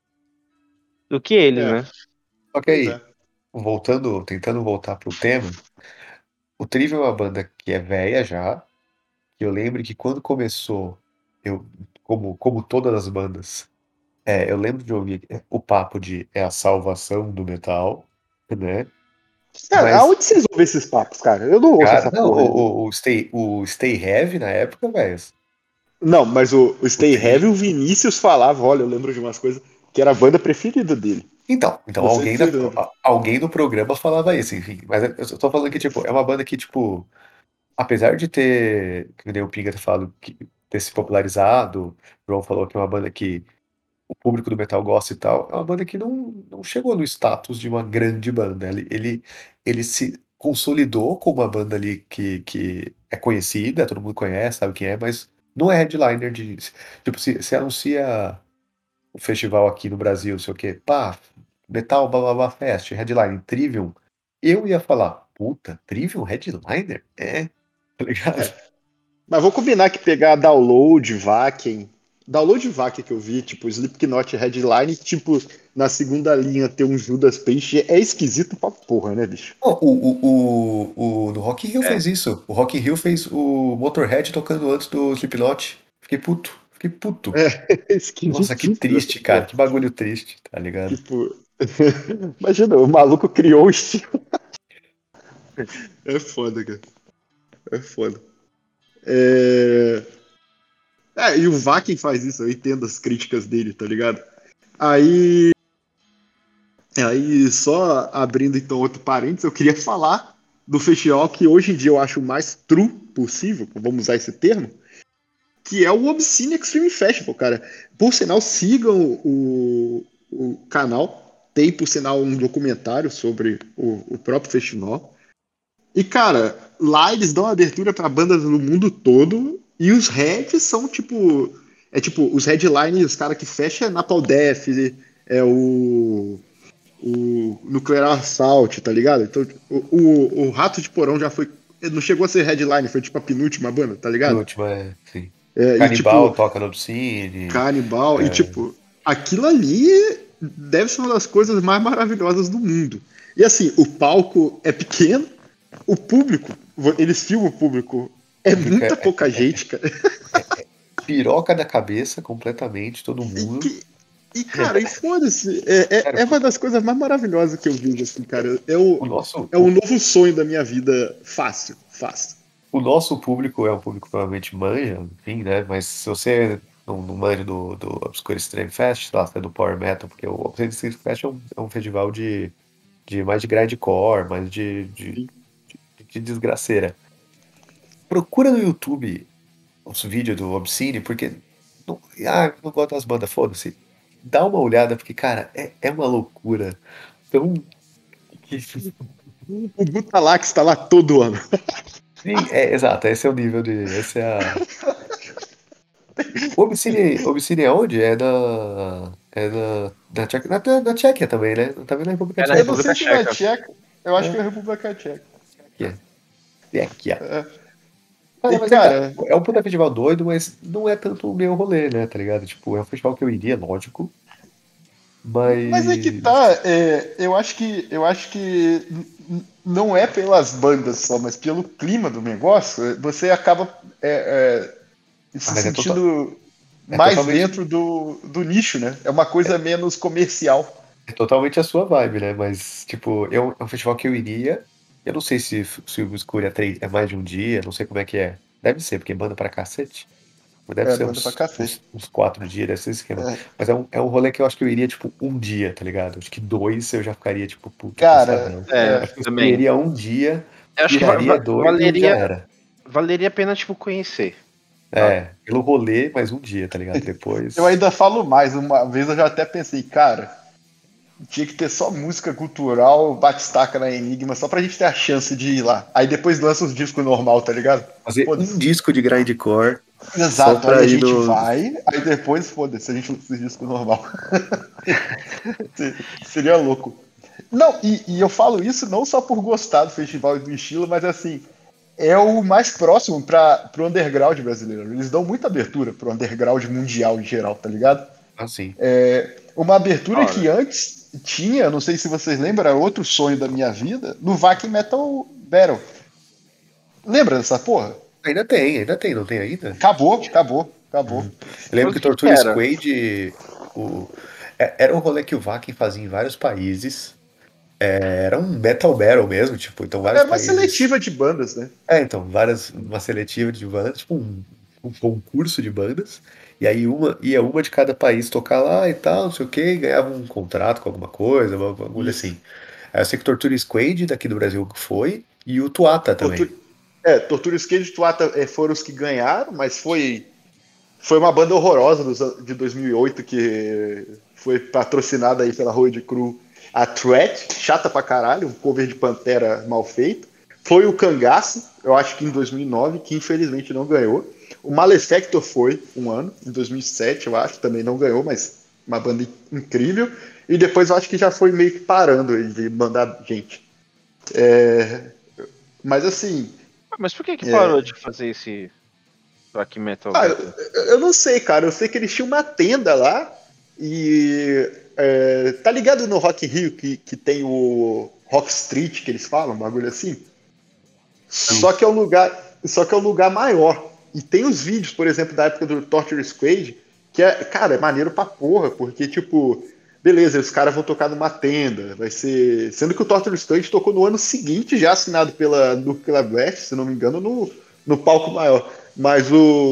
do que eles, É, né? Ok, pois é. tentando voltar pro tema, o Trivium é uma banda que é velha já, que eu lembro que quando começou, eu, como todas as bandas, eu lembro de ouvir o papo de é a salvação do metal, né? Cara, Mas, aonde vocês ouvem esses papos, cara? Eu não ouço cara, essa não, porra. o Stay Heavy na época, velho, Não, mas o o Stay Heavy, Trivium. o Vinícius falava, olha, eu lembro de umas coisas, que era a banda preferida dele. Então Não sei se você lembra. alguém no programa falava isso, enfim. Mas eu só tô falando que, tipo, é uma banda que, tipo, apesar de ter, que nem o Pinga tá falando, ter se popularizado, o João falou que é uma banda que o público do metal gosta e tal, é uma banda que não chegou no status de uma grande banda. Ele se consolidou como uma banda ali que é conhecida, todo mundo conhece, sabe quem é, mas não é headliner de. Tipo, se anuncia o festival aqui no Brasil, sei o quê, pá, Metal Blá Blá Blá Fest, headline, Trivium, eu ia falar, puta, Trivium headliner? Tá ligado? Mas vou combinar que pegar Download, Vaken. Download e Vaken que eu vi, tipo, Slipknot Headline, tipo, na segunda linha ter um Judas Priest é esquisito pra porra, né, bicho? Pô, no Rock in Rio É. fez isso. O Rock in Rio fez o Motorhead tocando antes do Slipknot. Fiquei puto, fiquei puto. É Nossa, que esquisitíssimo essa triste, cara, porra. que bagulho triste, tá ligado? Tipo, imagina, o maluco criou o estilo. É foda, cara. É foda. É... e o Vaken faz isso, eu entendo as críticas dele, tá ligado? Aí, aí, só abrindo então outro parênteses, eu queria falar do festival que hoje em dia eu acho o mais true possível, vamos usar esse termo, que é o Obscene Extreme Festival, cara. Por sinal, sigam o canal. Tem, por sinal, um documentário sobre o próprio festival. E, cara, lá eles dão abertura para bandas do mundo todo. E os heads são tipo. É tipo, os headlines, os caras que fecham é Napalm Death, é o Nuclear Assault, tá ligado? Então, o Rato de Porão já foi. Não chegou a ser headline, foi tipo a penúltima banda, tá ligado? Penúltima, sim. E Canibal tipo, toca no Obscene. Canibal, e tipo, aquilo ali deve ser uma das coisas mais maravilhosas do mundo. E assim, o palco é pequeno, o público, eles filmam o público, O é público muita pouca gente, cara. piroca da cabeça completamente, todo E, mundo. que, cara, e foda-se, é Cara, uma das coisas mais maravilhosas que eu vejo, assim, cara. o nosso, É um novo sonho da minha vida, fácil, fácil. o nosso público é um público que provavelmente manja, enfim, né? Mas se você não manja do Obscure Extreme Fest, sei lá, se é do Power Metal, porque o Obscure Extreme Fest é um festival de mais de grindcore, mais de desgraceira. Procura no YouTube os vídeos do Obscene, porque não gosto das bandas, foda-se. Dá uma olhada, porque, cara, é uma loucura. Então, sim, O Butalax tá lá todo ano. exato, esse é o nível de. Esse é a. Obscene é onde? Na Tchequia, na Tchequia também, né? Tá vendo na República É na Eu não Tcheca. República sei se na Tcheca. Tcheca, eu acho É, que é a República Tcheca. Tchequia. Tchequia. É. Cara, E, mas é, cara, cara, é um puta festival doido, mas não é tanto o meu rolê, né, tá ligado? Tipo, é um festival que eu iria, lógico, Mas é que Mas. tá, eu acho que não é pelas bandas só, mas pelo clima do negócio, você acaba Ah, se mas sentindo é mais totalmente. dentro do nicho, né? É uma coisa menos comercial. É totalmente a sua vibe, né? Mas, tipo, é um festival que eu iria. Eu não sei se o Obscure é mais de um dia, não sei como é que é. Deve ser, porque banda pra cacete. Mas deve É, ser banda pra cacete. uns 4 dias, deve ser esse esquema. É, Mas é um rolê que eu acho que eu iria, tipo, um dia, tá ligado? Acho que dois eu já ficaria, tipo, puta, cara, cansadão. É, Acho que eu também. escolheria um dia, Eu acho que piraria dois e já era. valeria a pena, tipo, conhecer, sabe? É, pelo rolê, mais um dia, tá ligado? eu Depois. ainda falo mais. Uma vez eu já até pensei, cara, tinha que ter só música cultural, batistaca na Enigma, só pra gente ter a chance de ir lá. Aí depois lança os discos normal, tá ligado? Fazer um Foda-se. disco de grindcore só Exato, aí pra a ir gente no. vai, aí depois, foda-se, a gente lança os discos normal. Seria louco. Não, e eu falo isso não só por gostar do festival e do estilo, mas assim, é o mais próximo para o underground brasileiro. Eles dão muita abertura pro underground mundial em geral, tá ligado? Assim. Uma abertura Ora, que antes tinha, não sei se vocês lembram, era outro sonho da minha vida, no Vakin Metal Battle. Lembra dessa porra? Ainda tem, não tem ainda? Acabou, acabou, acabou. Hum. Eu lembro mas que o que que Torture era? Squad o, era um rolê que o Vakin fazia em vários países. Era um metal battle mesmo, tipo, então vários Era uma países. seletiva de bandas, né? Então, uma seletiva de bandas, tipo um concurso de bandas. E aí uma de cada país tocar lá e tal, não sei o quê, e ganhava um contrato com alguma coisa, uma bagulho Isso. assim. Aí eu sei que Torture Squad daqui do Brasil foi, e o Tuata também. Tortura, Tortura Skate e Tuata foram os que ganharam, mas foi uma banda horrorosa de 2008 que foi patrocinada aí pela Road Crew. A Threat, chata pra caralho, um cover de Pantera mal feito. Foi o Cangaço, eu acho que em 2009, que infelizmente não ganhou. O Malefactor foi um ano, em 2007, eu acho, também não ganhou, mas uma banda incrível. E depois eu acho que já foi meio que parando aí de mandar gente. Mas assim, Mas por que que parou de fazer esse Black Metal ah, Battle? eu não sei, cara. Eu sei que eles tinham uma tenda lá e tá ligado no Rock in Rio que tem o Rock Street que eles falam, um bagulho assim. Não. Só que é um lugar maior. E tem os vídeos, por exemplo, da época do Torture Squad, que cara, é maneiro pra porra, porque tipo, beleza, os caras vão tocar numa tenda, vai ser, sendo que o Torture Squad tocou no ano seguinte, já assinado pela Nuclear Blast, se não me engano, no palco maior. Mas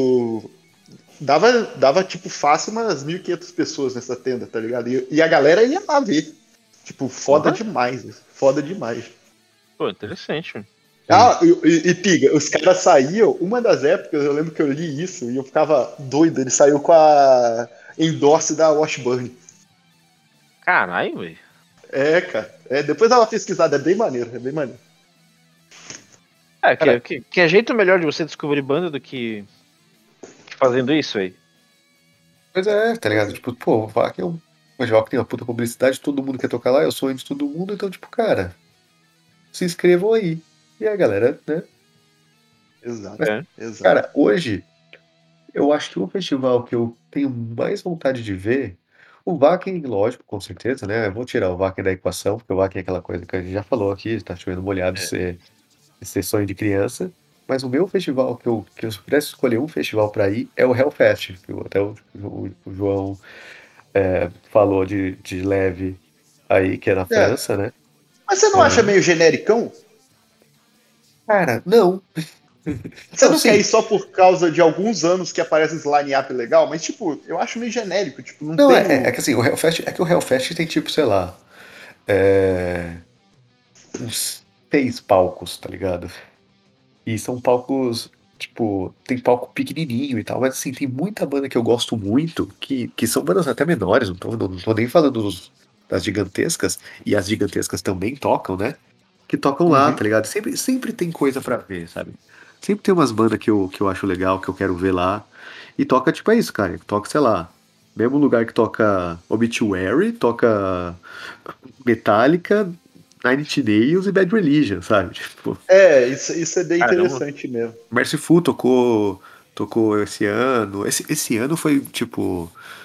dava tipo fácil umas 1.500 pessoas nessa tenda, tá ligado? E a galera ia lá ver. Tipo, foda Porra, demais, foda demais. pô, interessante. Sim. Piga, os caras saíam, uma das épocas, eu lembro que eu li isso e eu ficava doido, ele saiu com a endorse da Washburn. Caralho, velho. Cara. Depois dá uma pesquisada, é bem maneiro, é bem maneiro. É, Cara, que é jeito melhor de você descobrir banda do que fazendo isso, velho. pois é, tá ligado? Tipo, pô, vou falar que é um festival que tem uma puta publicidade, todo mundo quer tocar lá, eu sou de todo mundo, então, tipo, cara, se inscrevam aí. E a galera, né? Exato, Mas, É. exato. cara, hoje, eu acho que o festival que eu tenho mais vontade de ver, o Wacken, lógico, com certeza, né? Eu vou tirar o Wacken da equação, porque o Wacken é aquela coisa que a gente já falou aqui, tá chovendo molhado, É. ser sonho de criança. Mas o meu festival, que eu se pudesse escolher um festival pra ir, é o Hellfest, que até o João falou de leve aí, que é na É. França, né? Mas você não acha É. meio genericão? Cara, não. Você Não, não quer ir sim. só por causa de alguns anos que aparece esse line-up legal, mas tipo, eu acho meio genérico, tipo, não Não, é tenho. que assim, o Hellfest tem tipo, sei lá, é, uns 6 palcos, tá ligado? E são palcos, tipo, tem palco pequenininho e tal, mas assim, tem muita banda que eu gosto muito, que são bandas até menores, não tô nem falando das gigantescas, e as gigantescas também tocam, né? Que tocam lá, Uhum. tá ligado? Sempre tem coisa pra ver, sabe? Sempre tem umas bandas que eu acho legal, que eu quero ver lá. E toca, tipo, é isso, cara. Toca, sei lá, mesmo lugar que toca Obituary, toca Metallica, Nine Inch Nails e Bad Religion, sabe? Tipo, Isso é bem Caramba. interessante mesmo. Merciful tocou esse ano. Esse ano foi, tipo.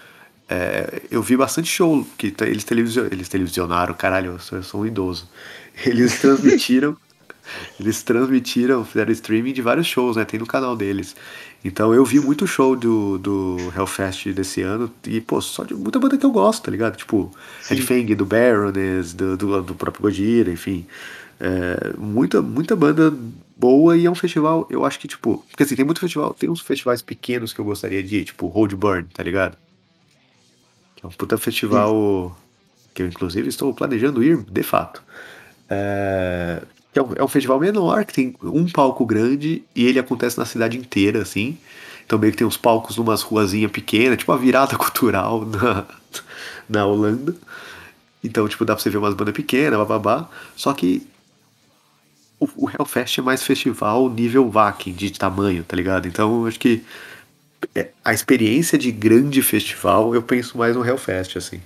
Eu vi bastante show que eles televisionaram, caralho, eu sou um idoso. Eles transmitiram, fizeram streaming de vários shows, né? Tem no canal deles. Então eu vi muito show do Hellfest desse ano e, pô, só de muita banda que eu gosto, tá ligado? Tipo, Red Sim. Fang, do Baroness, do próprio Gojira, enfim. Muita banda boa e é um festival, eu acho que, tipo, porque assim, tem uns festivais pequenos que eu gostaria de ir, tipo, Road Burn, tá ligado? Que é um puta Sim. festival que eu inclusive estou planejando ir de fato. Que é um festival menor, que tem um palco grande e ele acontece na cidade inteira, assim. Então meio que tem uns palcos numas ruazinhas pequenas, tipo uma virada cultural na Holanda. Então, tipo, dá pra você ver umas bandas pequenas, bababá. Só que o Hellfest é mais festival nível Wacken, de tamanho, tá ligado? Então, eu acho que a experiência de grande festival, eu penso mais no Hellfest, assim.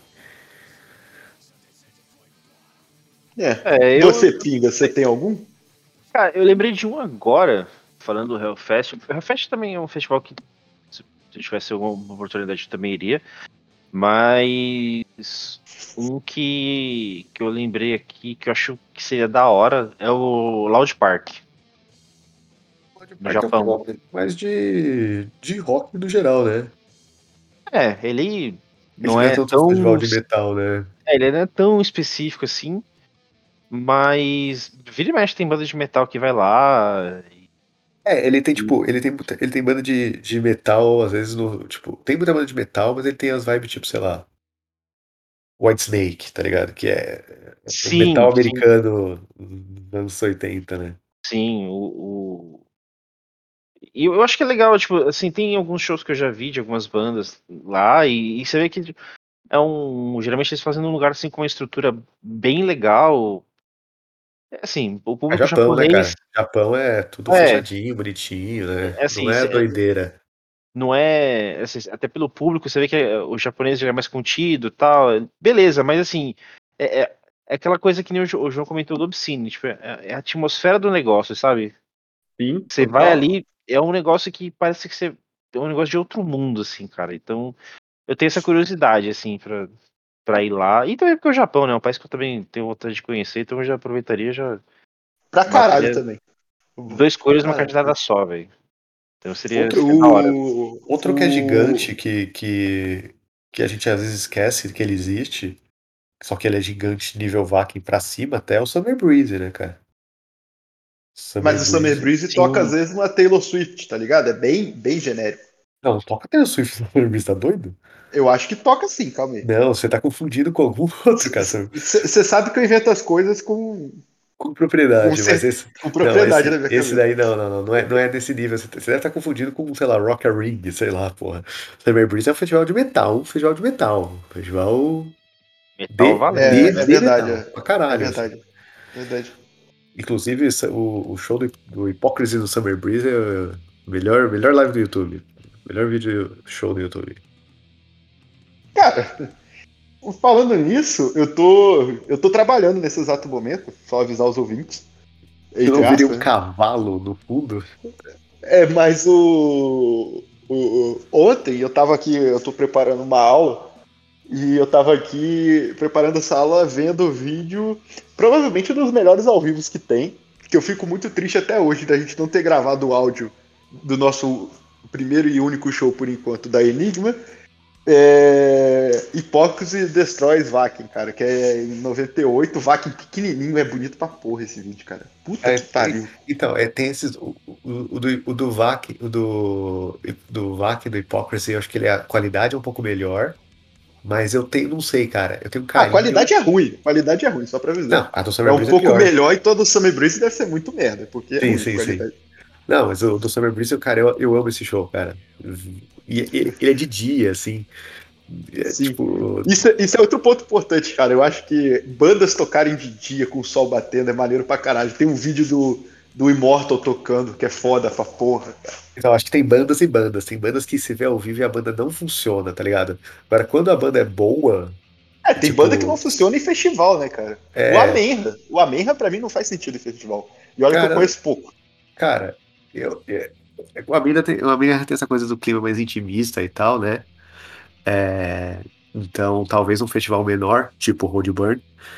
É. É, Você, Pinga, você tem algum? cara, eu lembrei de um agora, falando do Hellfest. O Hellfest também é um festival que, se eu tivesse alguma oportunidade, eu também iria. Mas um que eu lembrei aqui, que eu acho que seria da hora, é o Loud Park, Pode no Park é um Japão. festival mais de rock no geral, né? É, ele Ele não não é é tanto um festival tão. de metal, né? Ele não é tão específico assim, mas vira e mexe tem banda de metal que vai lá. Ele tem, E- tipo, ele tem banda de metal, às vezes, no, tipo, tem muita banda de metal, mas ele tem as vibes, tipo, sei lá, Whitesnake, tá ligado? Que é o sim, metal sim, americano dos anos 80, né? sim. E eu acho que é legal, tipo, assim, tem alguns shows que eu já vi de algumas bandas lá, e você vê que é um. Geralmente eles fazem num lugar assim com uma estrutura bem legal. É, assim, o É público Japão, né, japonês cara? Japão é tudo é, fechadinho, bonitinho, né? é Não assim, é doideira. não é. Assim, até pelo público, você vê que o japonês já é mais contido e tal. Beleza, mas assim, é, é, é aquela coisa que nem o João comentou do Obscene, tipo, é a atmosfera do negócio, sabe? Sim, Você vai total. ali, é um negócio que parece que você. É um negócio de outro mundo, assim, cara. Então, eu tenho essa curiosidade, assim, pra ir lá. E também porque o Japão, né? É um país que eu também tenho vontade de conhecer, então eu já aproveitaria e já Pra caralho mataria também. dois Pra coelhos numa caralho. cajadada só, velho. Então Outro, seria da hora. outro que é gigante, que a gente às vezes esquece que ele existe, só que ele é gigante nível Vakin pra cima até, é o Summer Breeze, né, cara? Summer Mas o Summer Breeze. Breeze toca às Sim. vezes uma Taylor Swift, tá ligado? É bem, bem genérico. Não, toca Taylor Swift no Summer Breeze, tá doido? Eu acho que toca sim, calma aí. Não, você tá confundindo com algum outro, cara. Você sabe que eu invento as coisas Com com, propriedade, mas cer- esse. com Não, propriedade na minha esse cabeça. daí não é desse nível. Você deve estar confundindo com, sei lá, Rock a Ring, sei lá, porra. Summer Breeze é um festival de metal, um festival de metal. Um festival Metal valendo. É de verdade, metal, pra caralho, assim. verdade. Verdade. Inclusive, o show do Hypocrisy no Summer Breeze é o melhor live do YouTube. Melhor vídeo show do YouTube. Cara, falando nisso, eu tô trabalhando nesse exato momento, só avisar os ouvintes, Você não entre veria um aspas, né? cavalo no fundo? Mas ontem eu tava aqui, eu tô preparando uma aula e eu tava aqui preparando essa aula vendo o vídeo, provavelmente um dos melhores ao vivo que tem, que eu fico muito triste até hoje da gente não ter gravado o áudio do nosso primeiro e único show por enquanto da Enigma. Hypocrisy Destroys Vakin, cara, que é em 98, Vakin pequenininho, é bonito pra porra esse vídeo, cara. Puta que pariu. Então, tem esses. O do VAC, do VAC, do Hypocrisy, eu acho que a qualidade é um pouco melhor, mas eu tenho, não sei, cara, eu tenho um Ah, carinho. qualidade é ruim, só pra avisar. Não, a do É Summer um Breeze é pouco pior. melhor e todo o Summer Breeze deve ser muito merda, porque é Sim, ruim a sim, sim. qualidade. Não, mas o do Summer Breeze, cara, eu amo esse show, cara. E ele é de dia, assim. Sim. Tipo, Isso é outro ponto importante, cara. Eu acho que bandas tocarem de dia com o sol batendo é maneiro pra caralho. Tem um vídeo do Immortal tocando, que é foda pra porra. então, acho que tem bandas e bandas. Tem bandas que se vê ao vivo e a banda não funciona, tá ligado? Agora, quando a banda é boa, Tem banda que não tipo, funciona em festival, né, cara? é. O Amenra pra mim não faz sentido em festival. E olha que eu Cara, conheço pouco. cara, eu, é, a mina tem essa coisa do clima mais intimista e tal, né? Então, talvez um festival menor, tipo Roadburn,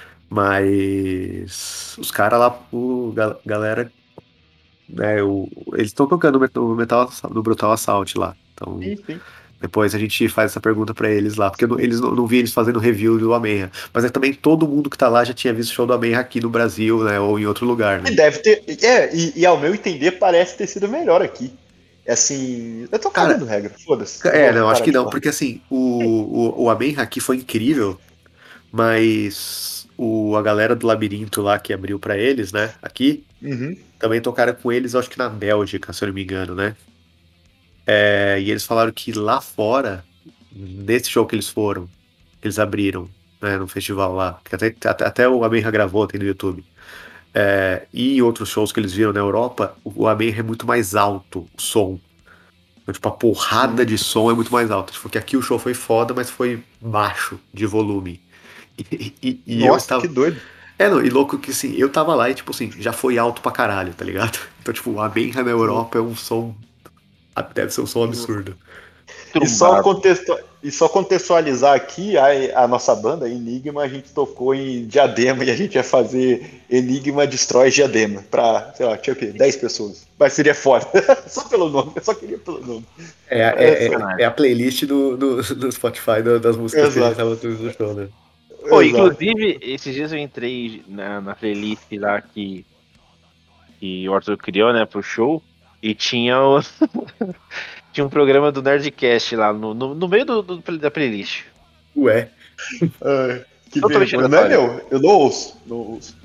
mas os caras lá, galera, né, eles estão tocando no Brutal Assault lá. Então, Sim, sim. depois a gente faz essa pergunta pra eles lá, porque eles não vi eles fazendo review do Amenra. Mas é também todo mundo que tá lá já tinha visto o show do Amenra aqui no Brasil, né, ou em outro lugar, E né? deve ter. E ao meu entender, parece ter sido melhor aqui. É assim. Eu tô Cara, cagando regra, foda-se. Eu vou não, acho parar que de não, falar. porque assim, o Amenra aqui foi incrível, mas a galera do Labirinto lá que abriu pra eles, né, aqui, Uhum. também tocaram com eles, acho que na Bélgica, se eu não me engano, né? E eles falaram que lá fora, nesse show que eles foram, que eles abriram, né, no festival lá, que até o Amenra gravou, tem no YouTube. E outros shows que eles viram na Europa, o Amenra é muito mais alto, o som. Então, tipo, a porrada Sim. de som é muito mais alta. Tipo, que aqui o show foi foda, mas foi baixo de volume. E eu Nossa, que tava. doido. Não, e louco que assim, eu tava lá e, tipo assim, já foi alto pra caralho, tá ligado? Então, tipo, a Amenra na Europa é um som. Deve ser um som absurdo. Trumbado. E só contextualizar aqui a nossa banda, Enigma, a gente tocou em Diadema e a gente ia fazer Enigma Destrói Diadema pra, sei lá, tinha o quê? 10 pessoas. Mas seria foda. Só pelo nome, eu só queria pelo nome. É a playlist do Spotify das músicas que a gente Exato, tava tocando no show, né? Pô, exato. inclusive, esses dias eu entrei na playlist lá que o Arthur criou, né, pro show, e tinha, tinha um programa do Nerdcast lá no meio da playlist. Ué, Ai, que Totalmente vergonha. Não é aleatório. meu, eu não ouço. Não ouço.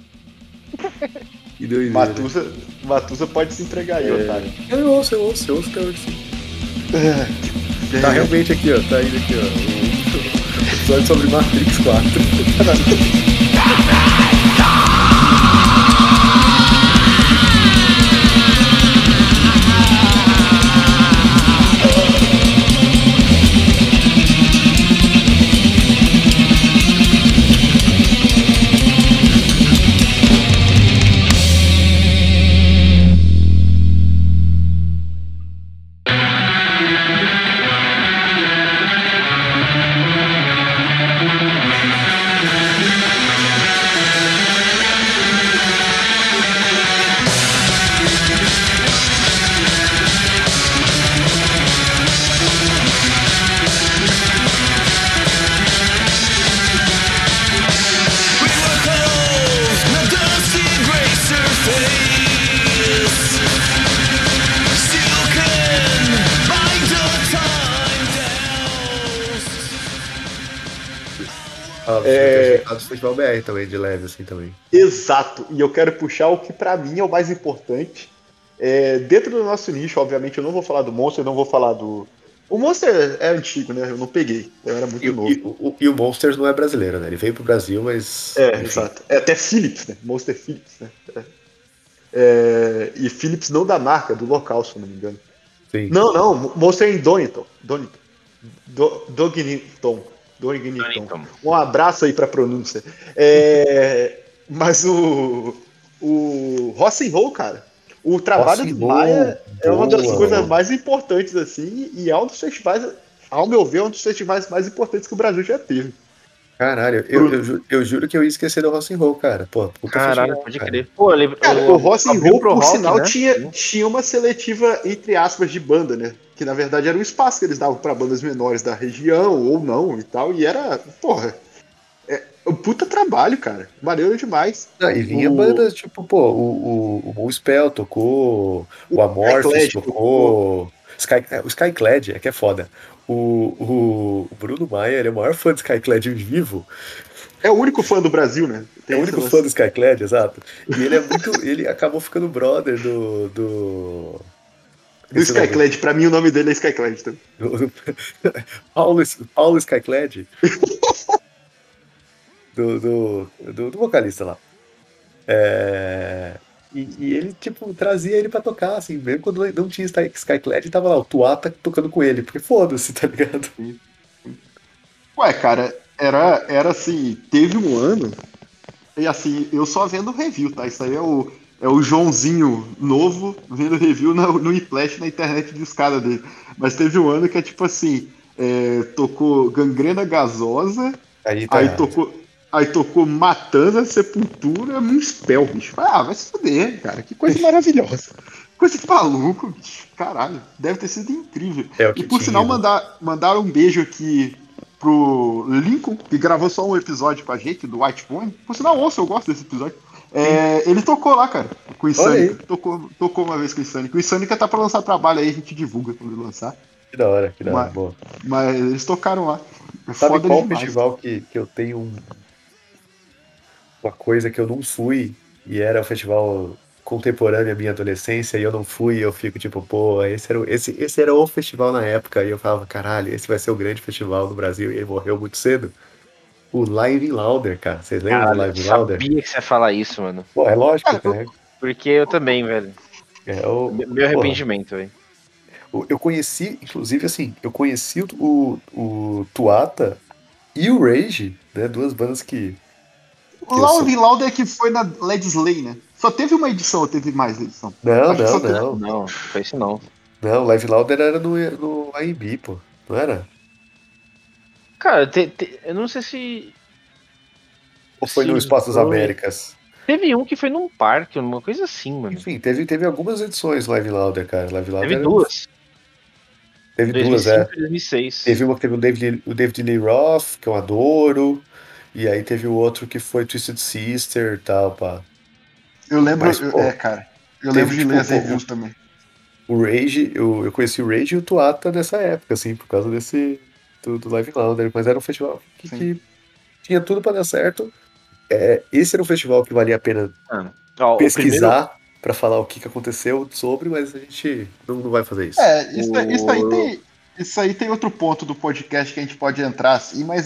que doideira. Matusa pode se entregar aí, otário. Eu ouço até hoje sim. Tá realmente aqui, ó. Tá indo aqui, ó. O episódio sobre Matrix 4. Ah, você vai ter ajeitado o Festival BR também, de leve, assim, também. Exato. E eu quero puxar o que pra mim é o mais importante. Dentro do nosso nicho, obviamente, eu não vou falar do Monster, eu não vou falar do. O Monster é antigo, né? Eu não peguei. Eu era E, muito novo. o Monsters não é brasileiro, né? Ele veio pro Brasil, mas. Enfim. Exato. É até Philips, né? Monster Philips, né? E Philips não da marca, do local, se eu não me engano. Sim. Não. Monster é em Donington. Donington. Donington. Um abraço aí pra pronúncia. Mas o Rock and Roll, cara, o trabalho Rossi do Roll, Maia é uma das boa, coisas mano. mais importantes, assim, e é um dos festivais, ao meu ver, é um dos festivais mais importantes que o Brasil já teve. Caralho, Pro- eu juro que eu ia esquecer do Rossi Roll, cara. Pô, puta Caralho, festival, pode cara. crer. Pô, Cara, o Rock and abriu Roll, pro por rock, sinal, né? tinha uma seletiva, entre aspas, de banda, né? Que na verdade era um espaço que eles davam pra bandas menores da região, ou não, e tal, e era, porra, um puta trabalho, cara. Maneiro demais. Não, e vinha O, bandas tipo, pô, o Moonspell tocou, o o Amorphis Skyclad tocou. tocou, o Skyclad, que é foda. O Bruno Maia, ele é o maior fã do Skyclad vivo. É o único fã do Brasil, né? É o Tem esse único fã lance. do Skyclad, exato. E ele é muito. Ele acabou ficando brother do. Do Esqueci o nome. Skyclad, pra mim o nome dele é Skyclad também. Do Paulo Skyclad, do vocalista lá. E ele, tipo, trazia ele pra tocar, assim, mesmo quando não tinha Skyclad, tava lá o Tuata tocando com ele, porque foda-se, tá ligado? Ué, cara, era assim, teve um ano, e assim, eu só vendo review, tá? Isso aí é o Joãozinho novo vendo review no Whiplash na internet de escada dele. Mas teve um ano que é tipo assim, tocou Gangrena Gasosa, Aí tá aí errado. tocou Matanza, Sepultura, Muspel, bicho. Vai se fuder, cara. Que coisa maravilhosa. Coisa de maluco, bicho. Caralho, deve ter sido incrível. É o E que por sinal, tinha, né? mandaram um beijo aqui pro Lincoln, que gravou só um episódio com a gente, do White Pony. Por sinal, ouça, eu gosto desse episódio. Sim. Ele tocou lá, cara, com o Olha Insânica. aí, Tocou uma vez com o Insânica. O Insânica tá pra lançar trabalho aí, a gente divulga quando ele lançar. que da hora, Mas, boa. mas eles tocaram lá. É Sabe foda qual demais. festival que eu tenho uma coisa que eu não fui e era um festival contemporâneo à minha adolescência e eu não fui e eu fico tipo, pô, esse era o festival na época e eu falava, caralho, esse vai ser o grande festival do Brasil e ele morreu muito cedo. O Live in Louder, cara. Vocês lembram do Caralho, eu Live in Louder? sabia que você ia falar isso, mano. Pô, é lógico, Cara, cara. Porque eu também, velho. É o, Meu porra, arrependimento, velho. eu conheci, inclusive assim, eu conheci o Tuata e o Rage, né? Duas bandas o que eu sou. Loud Lauder que foi na Led Slay, né? Só teve uma edição ou teve mais edição? Não, Acho que não, só teve. não. Não, foi isso não. Não, Live Louder era no AMB, pô. Não era? Cara, eu não sei se. Ou foi Se no os Espaço das dois. Américas? Teve um que foi num parque, uma coisa assim, mano. Enfim, teve algumas edições Live Louder, cara. Live Teve Louder duas. teve duas, 2005 é. e 2006. Teve uma que teve o David Lee Roth, que eu adoro. E aí teve o outro que foi Twisted Sister e tal, pá. Eu lembro. Mas, pô, Cara. Eu lembro teve de ler tipo, as pô, reviews também. o Rage, eu conheci o Rage e o Tuata nessa época, assim, por causa do Live Louder. Mas era um festival Sim. que tinha tudo pra dar certo. Esse era um festival que valia a pena Ah, ó, o primeiro. pesquisar pra falar o que aconteceu sobre, mas a gente não vai fazer isso. Isso aí O... tem. Isso aí tem outro ponto do podcast que a gente pode entrar assim, mas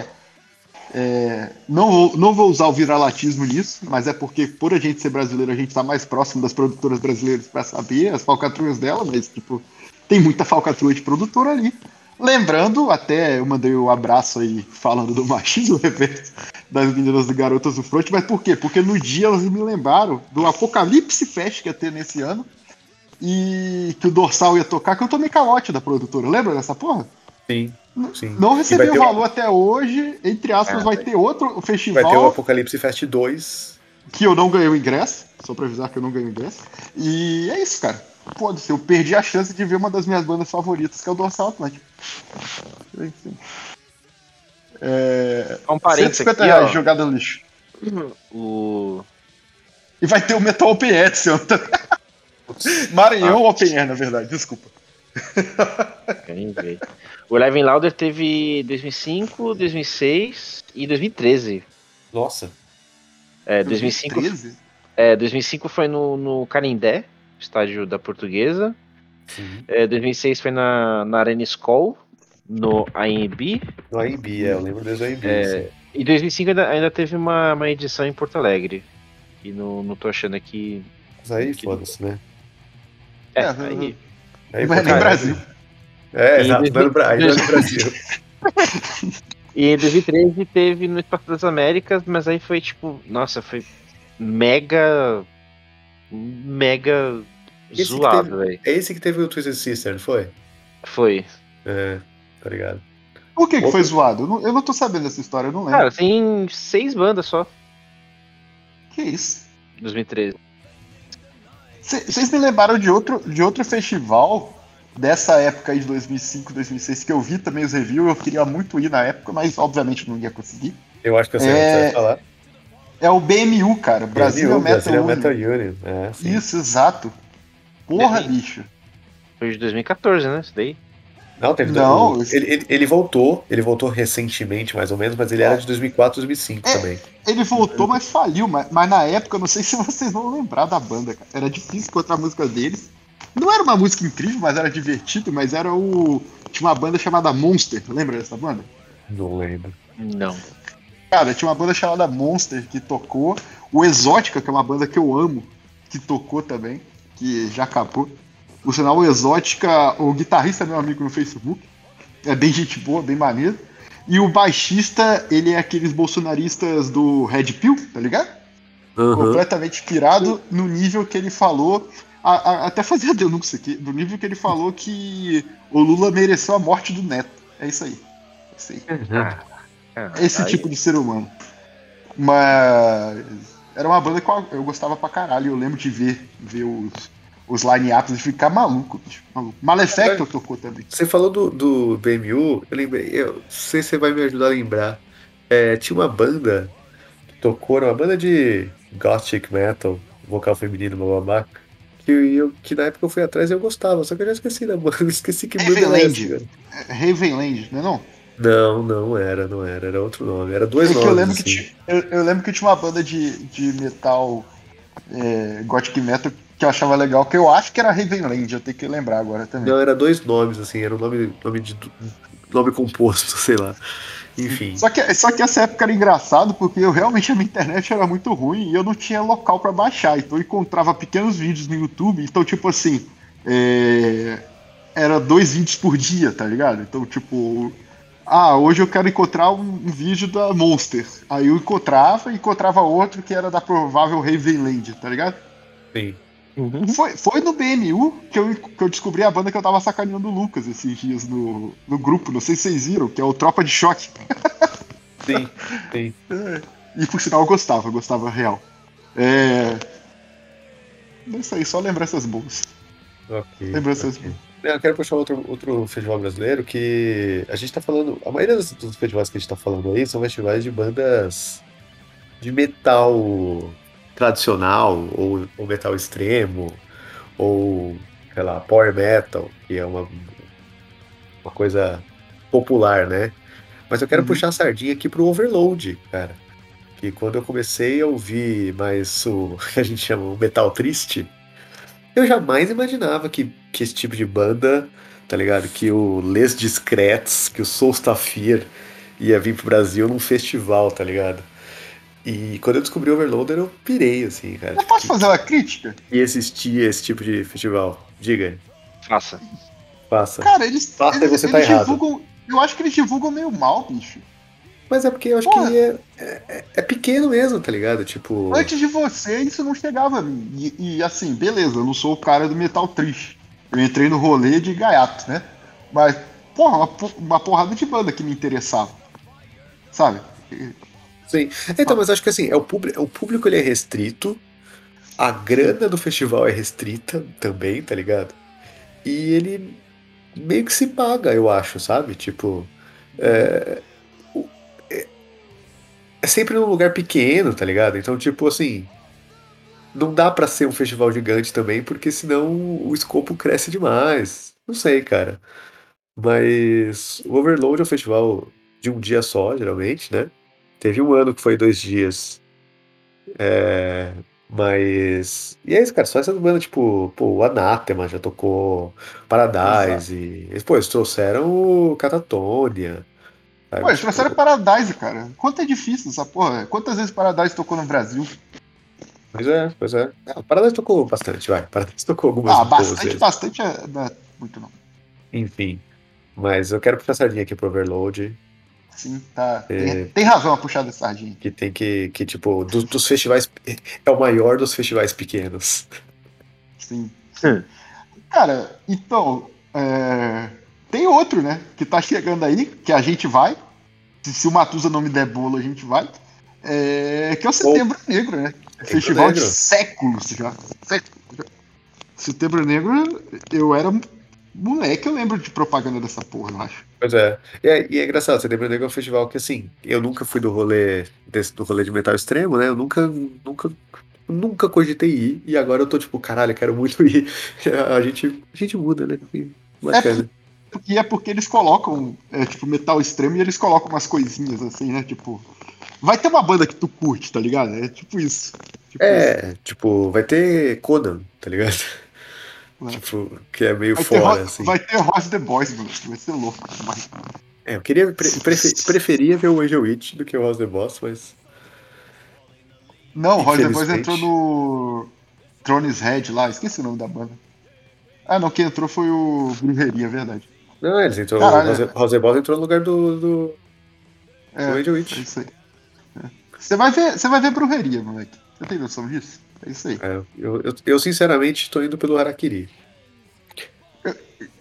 não vou usar o viralatismo nisso, mas é porque, por a gente ser brasileiro, a gente tá mais próximo das produtoras brasileiras para saber as falcatruas dela, mas, tipo, tem muita falcatrua de produtora ali. Lembrando, até eu mandei um abraço aí falando do machismo reverso das meninas do Garotas do Front, mas por quê? Porque no dia elas me lembraram do Apocalipse Fest que ia ter nesse ano e que o Dorsal ia tocar, que eu tomei calote da produtora. Lembra dessa porra? Sim, sim. Não E recebi o valor até hoje, entre aspas, vai ter outro vai ter o festival Apocalipse Fest 2. que eu não ganhei o ingresso, só pra avisar que eu não ganhei o ingresso. E é isso, cara. Foda-se, eu perdi a chance de ver uma das minhas bandas favoritas, que é o Dorsal Atlântico. Enfim. Um parênteses 150 aqui, reais ó. jogada no lixo. O... E vai ter o Metal Open Air esse ano também. Maranhão Open Air, na verdade, desculpa. O Live in Louder teve 2005, 2006 e 2013. Nossa. 2005, 2013? 2005 foi no Canindé, estádio da Portuguesa. Sim. 2006 foi na Arena Skol, no AMB. No AMB, eu lembro desde o AMB, sim. E 2005 ainda teve uma edição em Porto Alegre. E não tô achando aqui. Mas aí, foda-se, né? Aí. Aí, Não é nem caralho. Brasil. Exato, não é no Brasil. E em 2013 teve no Espaço das Américas, mas aí foi tipo, nossa, foi mega zoado, velho. É esse que teve o Twisted Sister, não foi? Foi. Tá ligado. Por que foi zoado? Eu não tô sabendo dessa história, eu não lembro. Cara, tem 6 bandas só. Que isso? 2013. Vocês me lembraram de outro festival dessa época aí de 2005, 2006, que eu vi também os reviews, eu queria muito ir na época, mas obviamente não ia conseguir. Eu acho que eu sei o que você vai falar. É o BMU, cara, Brazilian Metal Union. Sim. Isso, exato. Porra, bicho. Foi de 2014, né? Isso daí. Não, teve Não, ele voltou recentemente, mais ou menos, mas ele era de 2004, 2005 também. Ele voltou, mas faliu. Mas na época, eu não sei se vocês vão lembrar da banda, cara. Era difícil encontrar a música deles. Não era uma música incrível, mas era divertido. Mas era tinha uma banda chamada Monster. Lembra dessa banda? Não lembro. Não. Cara, tinha uma banda chamada Monster que tocou. O Exótica, que é uma banda que eu amo, que tocou também, que já acabou. Por sinal, o Exótica, o guitarrista é meu amigo no Facebook. É bem gente boa, bem maneiro. E o baixista, ele é aqueles bolsonaristas do Red Pill, tá ligado? Completamente pirado no nível que ele falou. Até fazer a denúncia aqui, do nível que ele falou que o Lula mereceu a morte do Neto. É isso aí. É isso aí. Ah, Esse aí- tipo de ser humano. Mas era uma banda que eu gostava pra caralho. Eu lembro de ver os line-ups e ficar maluco, bicho. Maluco. Malefactor tocou também. Você falou do BMU, eu lembrei, eu não sei se você vai me ajudar a lembrar. Tinha uma banda que tocou, era uma banda de gothic metal, vocal feminino, babaca, que na época eu fui atrás e eu gostava, só que eu já esqueci da banda, esqueci que banda era essa, Ravenland. cara. Ravenland, não é não? Não, era outro nome, era dois É que eu nomes, lembro que assim. tinha, eu lembro que tinha uma banda de metal, gothic metal, que eu achava legal, que eu acho que era Ravenland, eu tenho que lembrar agora também. Não, era dois nomes, assim, era um nome composto, sei lá. Sim. Enfim, Só que essa época era engraçado, porque eu realmente a minha internet era muito ruim e eu não tinha local pra baixar, então eu encontrava pequenos vídeos no YouTube, então tipo assim, é, era 2 vídeos por dia, tá ligado? Então tipo, hoje eu quero encontrar um vídeo da Monster. Aí eu encontrava outro que era da provável Ravenland, tá ligado? sim, Uhum. Foi no BMU que eu descobri a banda que eu tava sacaneando o Lucas esses dias no grupo, não sei se vocês viram, que é o Tropa de Choque. sim, sim. E por sinal eu gostava real. É. Não sei, só lembranças boas. Ok, Lembranças boas. ok. Eu quero puxar outro festival brasileiro que a gente tá falando. A maioria dos festivais que a gente tá falando aí são festivais de bandas de metal tradicional, ou metal extremo, ou, sei lá, power metal, que é uma coisa popular, né? Mas eu quero Uhum. puxar a sardinha aqui pro Overload, cara. Que quando eu comecei a ouvir mais o que a gente chama o metal triste. Eu jamais imaginava que esse tipo de banda, tá ligado? Que o Les Discrets, que o Soulstafir ia vir pro Brasil num festival, tá ligado? E quando eu descobri o Overloader, eu pirei, assim, cara. Eu Tipo, posso fazer uma crítica? que existia esse tipo de festival. Diga, Faça. faça. Cara, eles, Faça e eles, você tá eles errado. divulgam. Eu acho que eles divulgam meio mal, bicho. Mas é porque eu acho que Porra, é pequeno mesmo, tá ligado? Tipo, antes de você, isso não chegava a mim. E assim, beleza, eu não sou o cara do metal triste. Eu entrei no rolê de gaiato, né? Mas, porra, uma porrada de banda que me interessava. Sabe? sim. Então, mas acho que assim, o público ele é restrito, a Sim. grana do festival é restrita também, tá ligado? E ele meio que se paga, eu acho, sabe? Tipo, Uhum. o- é sempre num lugar pequeno, tá ligado? Então, tipo assim, não dá pra ser um festival gigante também, porque senão o escopo cresce demais. Não sei, cara. Mas o Overload é um festival de um dia só, geralmente, né? Teve um ano que foi 2 dias. Mas. E é isso, cara. Só essas bandas, tipo, pô, o Anathema já tocou Exato. Paradise. Pô, eles trouxeram o Catatonia. Pô, Sabe? eles trouxeram Tipo, Paradise, cara. Quanto é difícil essa porra? Quantas vezes Paradise tocou no Brasil? pois é, pois é. Ah, o Paradise tocou bastante, vai. Paradise tocou algumas boas Bastante, vezes. bastante não é muito não. Enfim. Mas eu quero puxar a sardinha aqui pro Overload, Sim, tá. Tem razão a puxada de sardinha. que tem que tipo, dos festivais. É o maior dos festivais pequenos. Sim, sim. Cara, então, tem outro, né? Que tá chegando aí, que a gente vai. Se o Matusa não me der bolo, a gente vai. Que é o Ou Setembro Negro, né? Setembro Festival de Negro. séculos já. Setembro Negro, eu era moleque, eu lembro de propaganda dessa porra, eu acho. Pois é. E é engraçado, Setembro Negro é um festival que, assim, eu nunca fui do rolê de metal extremo, né? Eu nunca cogitei ir. E agora eu tô tipo, caralho, eu quero muito ir. A gente muda, né? É Bacana. porque eles colocam, tipo, metal extremo e eles colocam umas coisinhas assim, né? Tipo, vai ter uma banda que tu curte, tá ligado? É tipo isso. Tipo isso. Tipo, vai ter Conan, tá ligado? Né? Tipo, que é meio Vai ter, fora, assim. vai ter Ross the Boys, mano. Vai ser louco. Eu queria, preferia ver o Angel Witch do que o House the Boss, mas Não, o Ross the Boys entrou infelizmente. no Thrones Head lá, esqueci o nome da banda. Ah, não, quem entrou foi o Brujeria, é verdade. Não, eles entrou, o Caralho, House the Boss entrou no lugar do é, Angel é Witch. isso aí. Você vai ver Brujeria, moleque. Você tem noção disso? É isso aí. Eu sinceramente tô indo pelo Harakiri.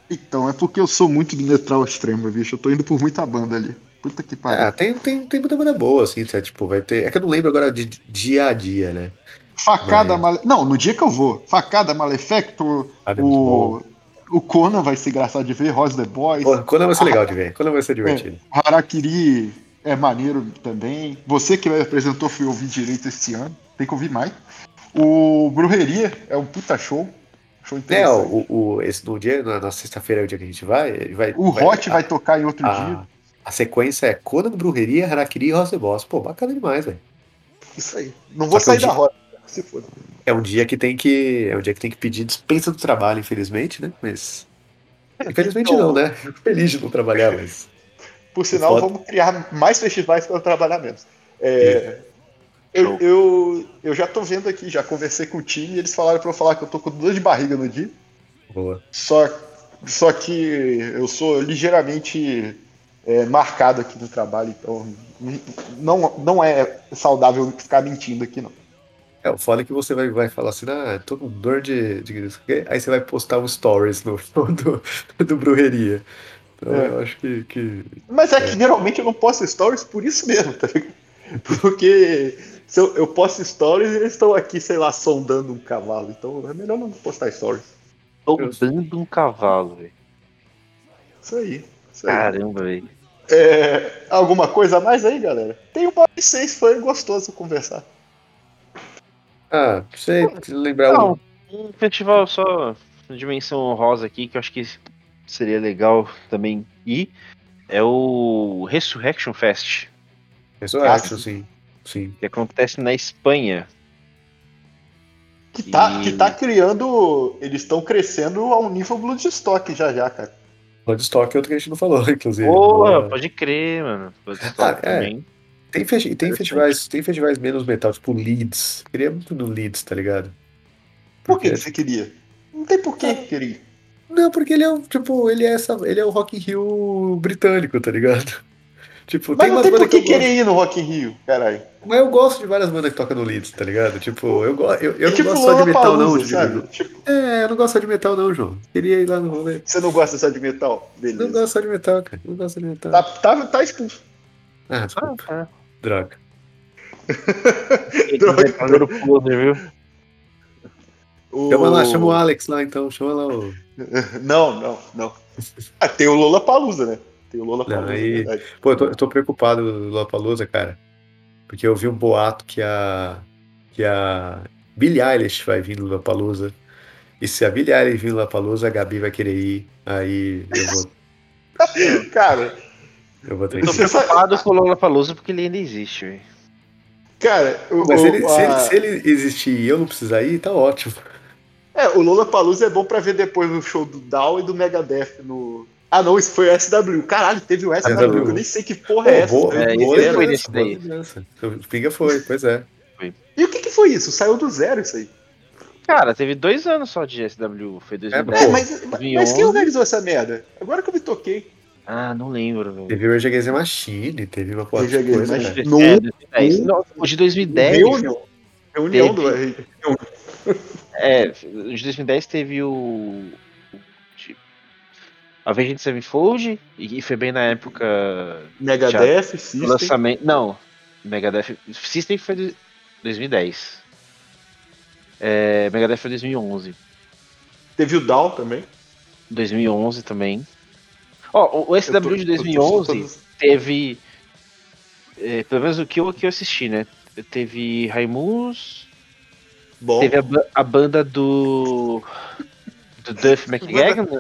Então, é porque eu sou muito do metal extremo, bicho. Eu tô indo por muita banda ali. Puta que pariu. Ah, tem muita banda boa, assim, sabe? Tipo, vai ter. É que eu não lembro agora de dia a dia, né? Facada Mas. Male... Não, no dia que eu vou. Facada Malefactor, Ah, é muito bom. o Conan vai ser engraçado de ver, Rose the Boys. Pô, quando vai ser legal de ver? Quando vai ser É, divertido? Harakiri é maneiro também. Você que me apresentou foi ouvir direito esse ano. Tem que ouvir mais. O Brujeria é um puta show. Show É, interessante. esse no dia, na sexta-feira é o dia que a gente vai, ele vai, O vai Hot vai tocar em outro dia. a sequência é Conan, Brujeria, Harakiri e House of Boss. Pô, bacana demais, velho. Isso aí. Não Só vou que é um sair da dia, roda. Se for. é um dia que tem que pedir dispensa do trabalho, infelizmente, né? Mas infelizmente não, Então, né? Fico feliz de não trabalhar, mas por o sinal, foda. vamos criar mais festivais para eu trabalhar menos. E, É, Show. eu já tô vendo aqui, já conversei com o time e eles falaram para eu falar que eu tô com dor de barriga no dia. boa. Só, só que eu sou ligeiramente marcado aqui no trabalho, então não é saudável ficar mentindo aqui, não. É, o foda é que você vai falar assim, ah, tô com dor de não sei o quê. Aí você vai postar um stories no do Brujeria. Então É. eu acho que Mas é que é, geralmente eu não posto stories por isso mesmo, tá ligado? Porque se eu posto stories e eles estão aqui, sei lá, sondando um cavalo. Então é melhor não postar stories. eu, Soldando um cavalo, velho. Isso aí, isso aí. Caramba, velho. Alguma coisa a mais aí, galera? Tem uma hora e seis, foi gostoso conversar. ah, não sei, preciso lembrar Não, um. um festival só de dimensão honrosa aqui, que eu acho que seria legal também ir, é o Resurrection Fest, Ah, Resurrection, sim. sim. Sim. que acontece na Espanha. Que tá E. criando. Eles estão crescendo ao nível Bloodstock já, cara. Bloodstock é outro que a gente não falou, inclusive. Porra, Boa. pode crer, mano. Ah, Bloodstock é. também. Tem Interessante. festivais menos metal, tipo Leeds. Queria muito no Leeds, tá ligado? Por Porque que é você tipo. queria? Não tem por que Ah, querer. não, porque ele é o, tipo, ele é o Rock in Rio britânico, tá ligado? Tipo, Mas tem não umas tem bandas por que eu que gosto. querer ir no Rock in Rio, caralho. Mas eu gosto de várias bandas que tocam no Leeds, tá ligado? Tipo, eu É não tipo gosto só de metal, não, Lollapalooza, sabe? Júlio. Tipo, É, eu não gosto só de metal, não, João. Queria ir lá no rolê. você não gosta só de metal? Não Beleza. gosto só de metal, cara. Não gosto só de Tá, metal. tá expulso. Ah, Ah, desculpa. tá. Droga. Ele Droga, vai fazer o então. poser, viu? Chama o O... Alex lá, então. Chama lá o. Não. Ah, tem o Lollapalooza, né? Tem o Não, Lollapalooza, aí. verdade. Pô, eu tô preocupado do Lollapalooza, cara. Porque eu vi um boato que a Billie Eilish vai vir no Lollapalooza. E se a Billie Eilish vir no Lollapalooza, a Gabi vai querer ir. Aí Não, Cara, eu vou ter eu tô que ir. você sabe... preocupado com o Lollapalooza porque ele ainda existe, velho. Cara, Pô, mas se ele existir e eu não precisar ir, tá ótimo. o Lollapalooza é bom pra ver depois no show do Down e do Megadeth no... Ah, não, isso foi o SW. Caralho, teve o SW, que eu SW. nem sei que porra é Pô, essa. Saiu boa, É, do boa eu zero. fui nesse lembrança, boa daí. lembrança. O Pinga foi, pois é. Foi. E o que foi isso? Saiu do zero isso aí. Cara, teve 2 anos só de SW. Foi É, 2010, pô, Mas quem 2011. organizou essa merda? Agora que eu me toquei. Ah, não lembro, velho. teve o Rage Against the Machine, teve uma porra de Rage Against the coisa, Acho cara. que Machine. No, 2010. Não, o de 2010 reunião. Reunião do. teve. O de 2010 teve o de Avenged Sevenfold, e foi bem na época já Megadeth, do System. lançamento. Não, Megadeth. System foi 2010. Megadeth foi 2011. Teve o Down também. 2011 também. Ó, o SW de Eu tô só 2011 todos. teve. Pelo menos o que eu assisti, né? Teve Raimundos, Bom. teve a banda do Duff McKagan, né?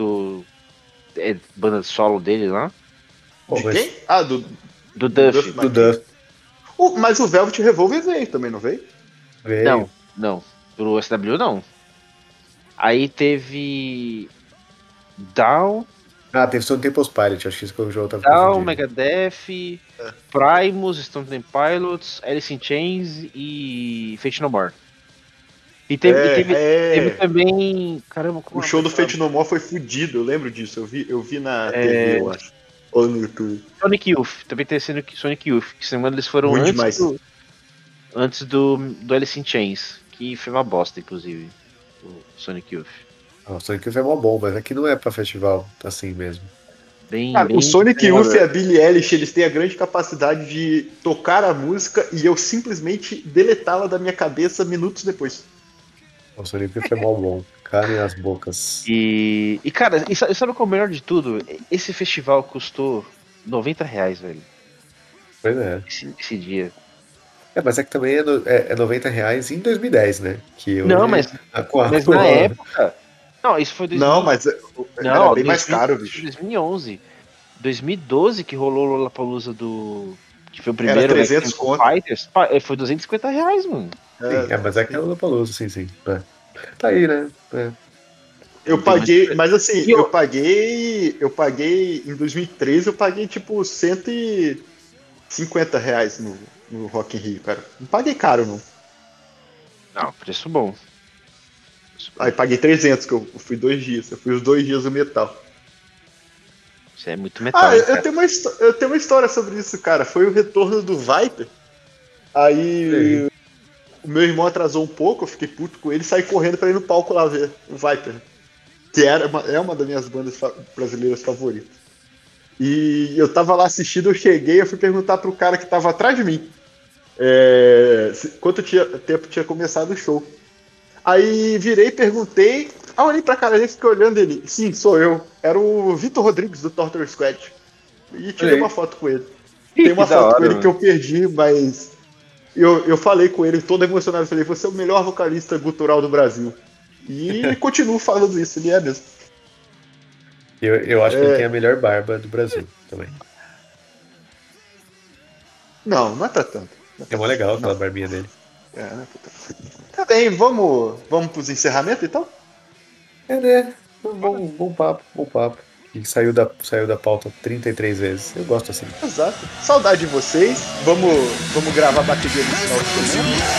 Banda solo dele lá. Pô, De mas quem? Ah, do Do Duff Duff. do McKagan. Duff Mas o Velvet Revolver veio também, não veio? veio. Não. Pro SW não. Aí teve Down, Ah, teve Stone Temple's Pilot, acho que isso que o João tava confundindo. Megadeth, Primus, Stone Temple Pilots, Alice in Chains e Fate No More. E teve também. Caramba, O como é show do aquela- Fate No More foi fudido, eu lembro disso. Eu vi na TV, é, eu acho. Ou no YouTube. Sonic Youth. Também tem sendo Sonic Youth. Que se não me engano, eles foram Ruim antes demais. do Alice in Chains. Que foi uma bosta, inclusive. O Sonic Youth. O Sonic Youth é mó bom, mas aqui não é pra festival assim mesmo. Bem, Cara, o bem Sonic Youth e amador. a Billie Eilish, eles têm a grande capacidade de tocar a música e eu simplesmente deletá-la da minha cabeça minutos depois. O Sonic Youth é mó bom. Calem as bocas. Cara, e sabe qual é o melhor de tudo? Esse festival custou R$ 90, velho. Pois é. Esse dia. Mas é que também é R$ 90 em 2010, né? Que Não, hoje, com a, mas com na a- época. Não, isso foi Não, 2000. mas era Não, bem mais 2000, caro, isso foi bicho. 2011. 2012 que rolou o Lollapalooza do. Que foi o Era primeiro Extreme 300 conto. Fighters. Foi R$ 250, mano. Sim, mas é que é o Lollapalooza, sim, sim. É. Tá aí, né? É. É Eu bem mais. paguei, mas assim, E eu. eu paguei em 2013, eu paguei tipo R$ 150 no Rock in Rio, cara. Não paguei caro, não. Não, preço bom. Preço Aí bom. paguei 300, que eu fui 2 dias. Eu fui os 2 dias do metal. Isso é muito Ah, metal, hein, cara. eu tenho uma história sobre isso, cara. Foi o retorno do Viper. Olha aí. Aí o meu irmão atrasou um pouco, eu fiquei puto com ele e saí correndo pra ir no palco lá ver o Viper. Que é uma das minhas bandas brasileiras favoritas. E eu tava lá assistindo, eu cheguei, eu fui perguntar pro cara que tava atrás de mim quanto tempo tinha começado o show. Aí virei, perguntei, olhei pra cara dele, fiquei olhando ele. Sim, sou eu. Era o Vitor Rodrigues do Torture Squad. E Olha tirei uma aí. foto com ele. Tem Que uma da foto com hora, ele que eu mano. perdi, mas eu falei com ele todo emocionado. Falei, você é o melhor vocalista gutural do Brasil. E continuo falando isso, ele é mesmo. Eu acho que ele tem a melhor barba do Brasil também. Não, não é pra tanto. Não é É pra mó tanto. legal aquela Não. barbinha dele. Não é pra tanto. Tá bem, vamos pros encerramentos então? É, né? Um bom papo, bom papo. Que saiu da pauta 33 vezes. Eu gosto assim. Exato. Saudade de vocês. Vamos gravar a bateria no final de semana.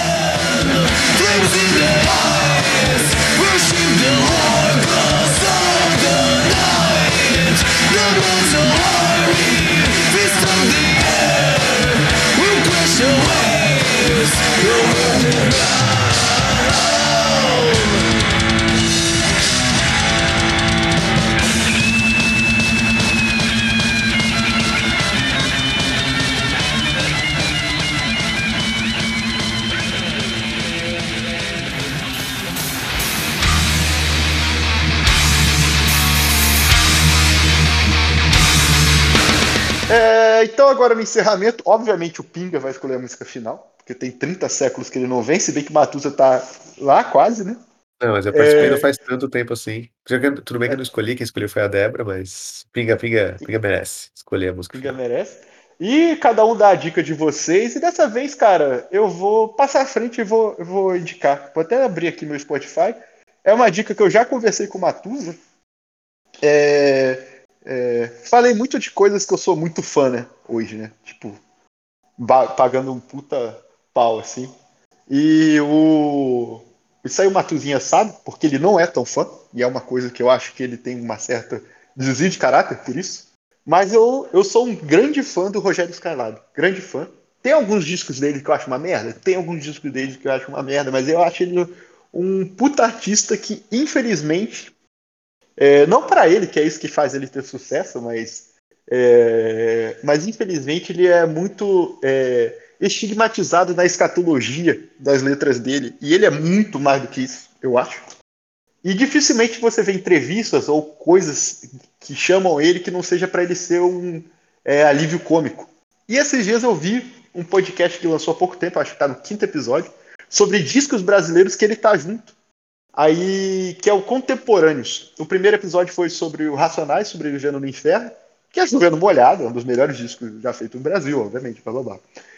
Então agora no encerramento, obviamente o Pinga vai escolher a música final, porque tem 30 séculos que ele não vem, se bem que Matusa tá lá quase, né? Não, mas eu participei não faz tanto tempo assim. Tudo bem que eu não escolhi, quem escolheu foi a Débora, mas Pinga merece escolher a música Pinga final. merece. E cada um dá a dica de vocês. E dessa vez, cara, eu vou passar à frente e eu vou indicar. Vou até abrir aqui meu Spotify. É uma dica que eu já conversei com o Matusa. Falei muito de coisas que eu sou muito fã, né? Hoje, né? Tipo, pagando um puta pau, assim. E isso aí o Matuzinha sabe, porque ele não é tão fã. E é uma coisa que eu acho que ele tem uma certa desvio de caráter por isso. Mas eu sou um grande fã do Rogério Skylab. Grande fã. Tem alguns discos dele que eu acho uma merda? Tem alguns discos dele que eu acho uma merda, mas eu acho ele um puta artista que, infelizmente, não para ele, que é isso que faz ele ter sucesso, mas infelizmente ele é muito estigmatizado na escatologia das letras dele. E ele é muito mais do que isso, eu acho. E dificilmente você vê entrevistas ou coisas que chamam ele que não seja para ele ser um alívio cômico. E esses dias eu vi um podcast que lançou há pouco tempo, acho que está no 5º episódio, sobre discos brasileiros que ele tá junto. Aí, que é o Contemporâneos. O primeiro episódio foi sobre o Racionais, Sobrevivendo no Inferno, que é Chovendo Molhado, é um dos melhores discos já feitos no Brasil, obviamente, blá blá blá.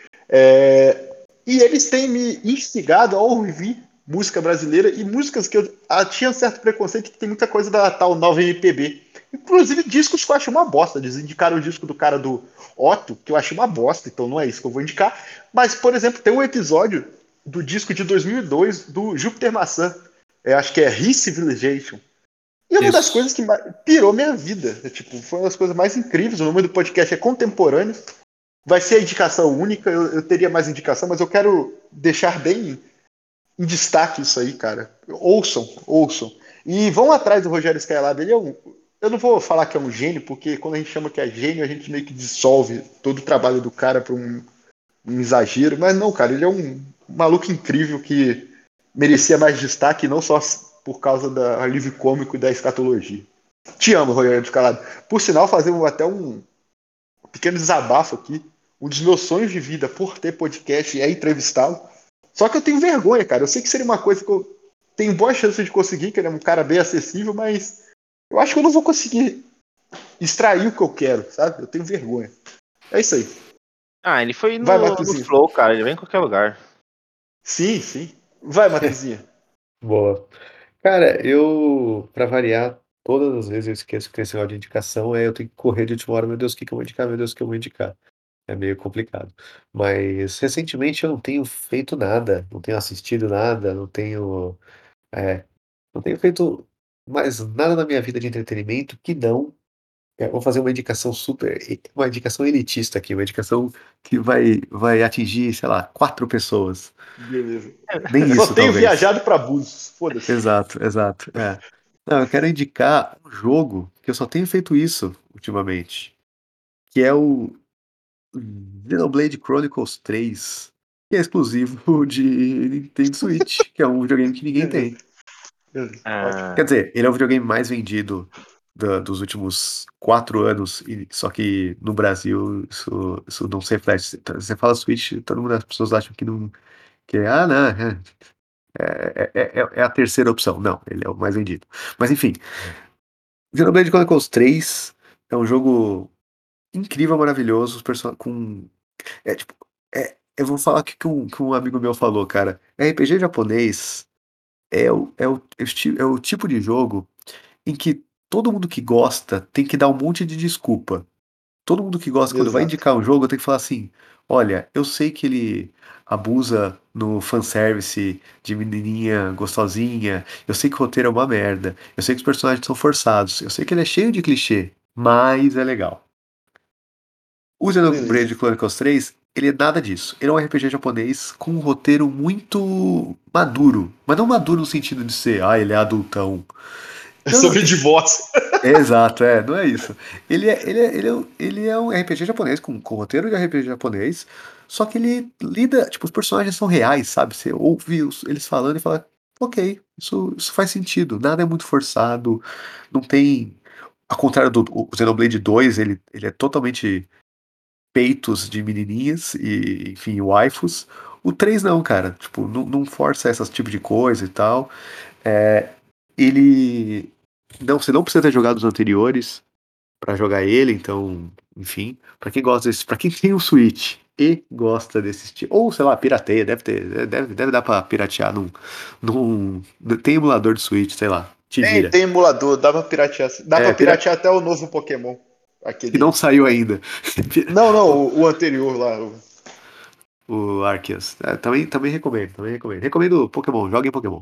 E eles têm me instigado a ouvir música brasileira e músicas que eu tinha certo preconceito, que tem muita coisa da tal nova MPB. Inclusive discos que eu acho uma bosta. Eles indicaram o disco do cara do Otto, que eu acho uma bosta, então não é isso que eu vou indicar. Mas, por exemplo, tem um episódio do disco de 2002 do Júpiter Maçã. Acho que é Re-Civilization. E uma das Isso. coisas que pirou minha vida. Tipo, foi uma das coisas mais incríveis. O nome do podcast é Contemporâneo. Vai ser a indicação única. Eu teria mais indicação, mas eu quero deixar bem em destaque isso aí, cara. Ouçam, ouçam. E vão atrás do Rogério Skylab. Ele é um. Eu não vou falar que é um gênio, porque quando a gente chama que é gênio, a gente meio que dissolve todo o trabalho do cara para um exagero. Mas não, cara, ele é um maluco incrível que merecia mais destaque, não só por causa do alívio cômico e da escatologia. Te amo, Rogério Skylab. Por sinal, fazer até um pequeno desabafo aqui. Um dos meus sonhos de vida por ter podcast é entrevistá-lo. Só que eu tenho vergonha, cara. Eu sei que seria uma coisa que eu tenho boa chance de conseguir, que ele é um cara bem acessível, mas eu acho que eu não vou conseguir extrair o que eu quero, sabe? Eu tenho vergonha. É isso aí. Ah, ele foi Vai, no Matuzinho. Flow, cara. Ele vem em qualquer lugar. Sim, sim. Vai, Matuzinho. Boa. Cara, eu, pra variar, todas as vezes eu esqueço que esse negócio de indicação eu tenho que correr de última hora, meu Deus, o que que eu vou indicar? Meu Deus, o que eu vou indicar? É meio complicado. Mas recentemente eu não tenho feito nada, não tenho assistido nada, é, não tenho feito mais nada na minha vida de entretenimento que não. Vou fazer uma indicação uma indicação elitista aqui, uma indicação que vai atingir, sei lá, 4 pessoas. Beleza. Nem Só isso, tenho talvez. viajado para Búzios. Foda-se. Exato, exato. É. Não, eu quero indicar um jogo que eu só tenho feito isso ultimamente, que é o Xenoblade Chronicles 3, que é exclusivo de Nintendo Switch, que é um videogame que ninguém Beleza. tem. Beleza. Ótimo. Quer Ah, dizer, ele é o videogame mais vendido dos últimos 4 anos, só que no Brasil isso não se reflete. Você fala Switch, todo mundo, as pessoas acham que não, não, é a terceira opção. Não, ele é o mais vendido. Mas enfim, Xenoblade Chronicles 3 é um jogo incrível, maravilhoso, é tipo, eu vou falar o que um amigo meu falou, cara. RPG japonês é o tipo de jogo em que todo mundo que gosta tem que dar um monte de desculpa. Todo mundo que gosta, quando vai Exato. indicar um jogo, tem que falar assim: olha, eu sei que ele abusa no fanservice de menininha gostosinha, eu sei que o roteiro é uma merda, eu sei que os personagens são forçados, eu sei que ele é cheio de clichê, mas é legal. O Beleza. Xenoblade Chronicles 3, ele é nada disso. Ele é um RPG japonês com um roteiro muito maduro. Mas não maduro no sentido de ser, ele é adultão. É Não, não, sobre divórcio. exato, não é isso. Ele é um RPG japonês, com roteiro de RPG japonês, só que ele lida, tipo, os personagens são reais, sabe? Você ouve eles falando e fala, ok, isso faz sentido, nada é muito forçado, não tem. Ao contrário do o Xenoblade 2, ele é totalmente peitos de menininhas e, enfim, waifus. O 3 não, cara, tipo, não força esse tipo de coisa e tal. É, ele. Não, você não precisa ter jogado os anteriores pra jogar ele, então, enfim, pra quem gosta desse, para quem tem um Switch e gosta desse estilo, ou sei lá, pirateia, deve dar pra piratear num, tem emulador de Switch, sei lá, te Tem, vira. tem emulador, dá pra piratear. Dá pra Pirate piratear até o novo Pokémon. que não Aquele. saiu ainda. Não, não, o anterior lá. O Arceus. Também recomendo, também recomendo. Recomendo Pokémon, joguem Pokémon.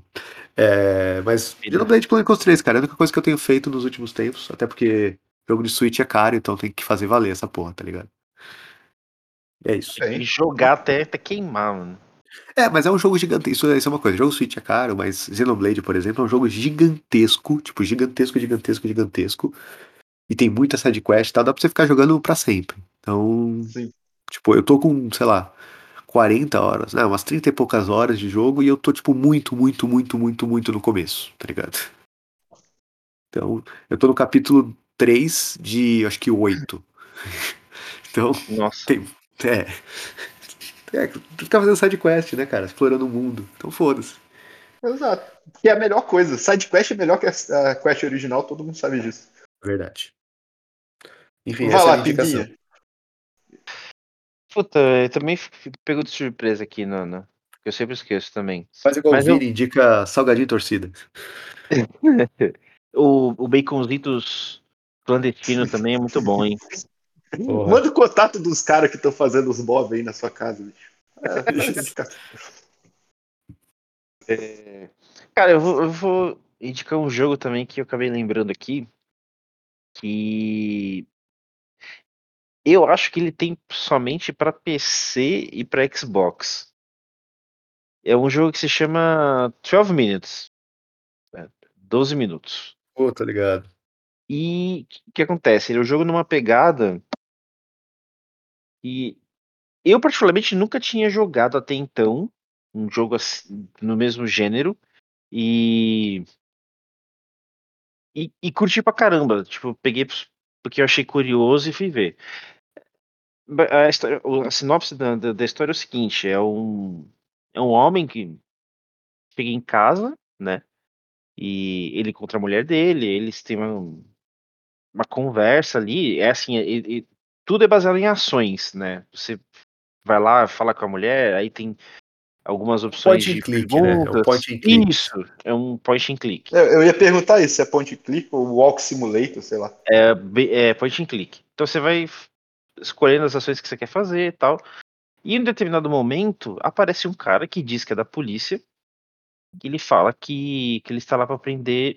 Mas vida. Xenoblade Chronicles 3, cara, é a única coisa que eu tenho feito nos últimos tempos, até porque jogo de Switch é caro, então tem que fazer valer essa porra, tá ligado? É isso. Tem que Tem. jogar até queimar, mano. Mas é um jogo gigantesco. Isso é uma coisa. O jogo Switch é caro, mas Xenoblade, por exemplo, é um jogo gigantesco. Tipo, gigantesco, gigantesco, gigantesco. E tem muita side quest e tal. Dá pra você ficar jogando pra sempre. Então, Sim. tipo, eu tô com, sei lá, 40 horas, né? Umas 30 e poucas horas de jogo. E eu tô, tipo, muito, muito, muito, muito, muito no começo, tá ligado? Então, eu tô no capítulo 3 de, acho que 8. Então, Nossa. tem. É. Ficar fazendo side quest, né, cara? Explorando o mundo. Então, foda-se. Exato. Que é a melhor coisa. Side quest é melhor que a quest original, todo mundo sabe disso. Verdade. Enfim, Vai essa é a lá, minha indicação. Pimbinha. Puta, eu também pegou de surpresa aqui, porque eu sempre esqueço também. Faz igual o Mas Vini, indica salgadinho torcida. o Baconzitos clandestino também é muito bom, hein? Porra. Manda o contato dos caras que estão fazendo os mob aí na sua casa, bicho. Faz indicação. É, cara, eu vou indicar um jogo também que eu acabei lembrando aqui, que eu acho que ele tem somente pra PC e pra Xbox. É um jogo que se chama 12 Minutes. 12 minutos. Pô, tá ligado. E o que acontece? Ele é um jogo numa pegada e eu particularmente nunca tinha jogado até então um jogo assim, no mesmo gênero e, e curti pra caramba. Tipo, peguei porque eu achei curioso e fui ver. A sinopse da história é o seguinte: é um homem que chega em casa, né? E ele encontra a mulher dele, eles têm uma conversa ali. É assim, tudo é baseado em ações, né? Você vai lá, fala com a mulher, aí tem algumas opções Point and de click, né? É um perguntas. point and click. Isso, é um point and click. Eu ia perguntar isso, se é point and click ou walk simulator, sei lá. É point and click. Então você vai escolhendo as ações que você quer fazer e tal. E em um determinado momento aparece um cara que diz que é da polícia, que ele fala que ele está lá para prender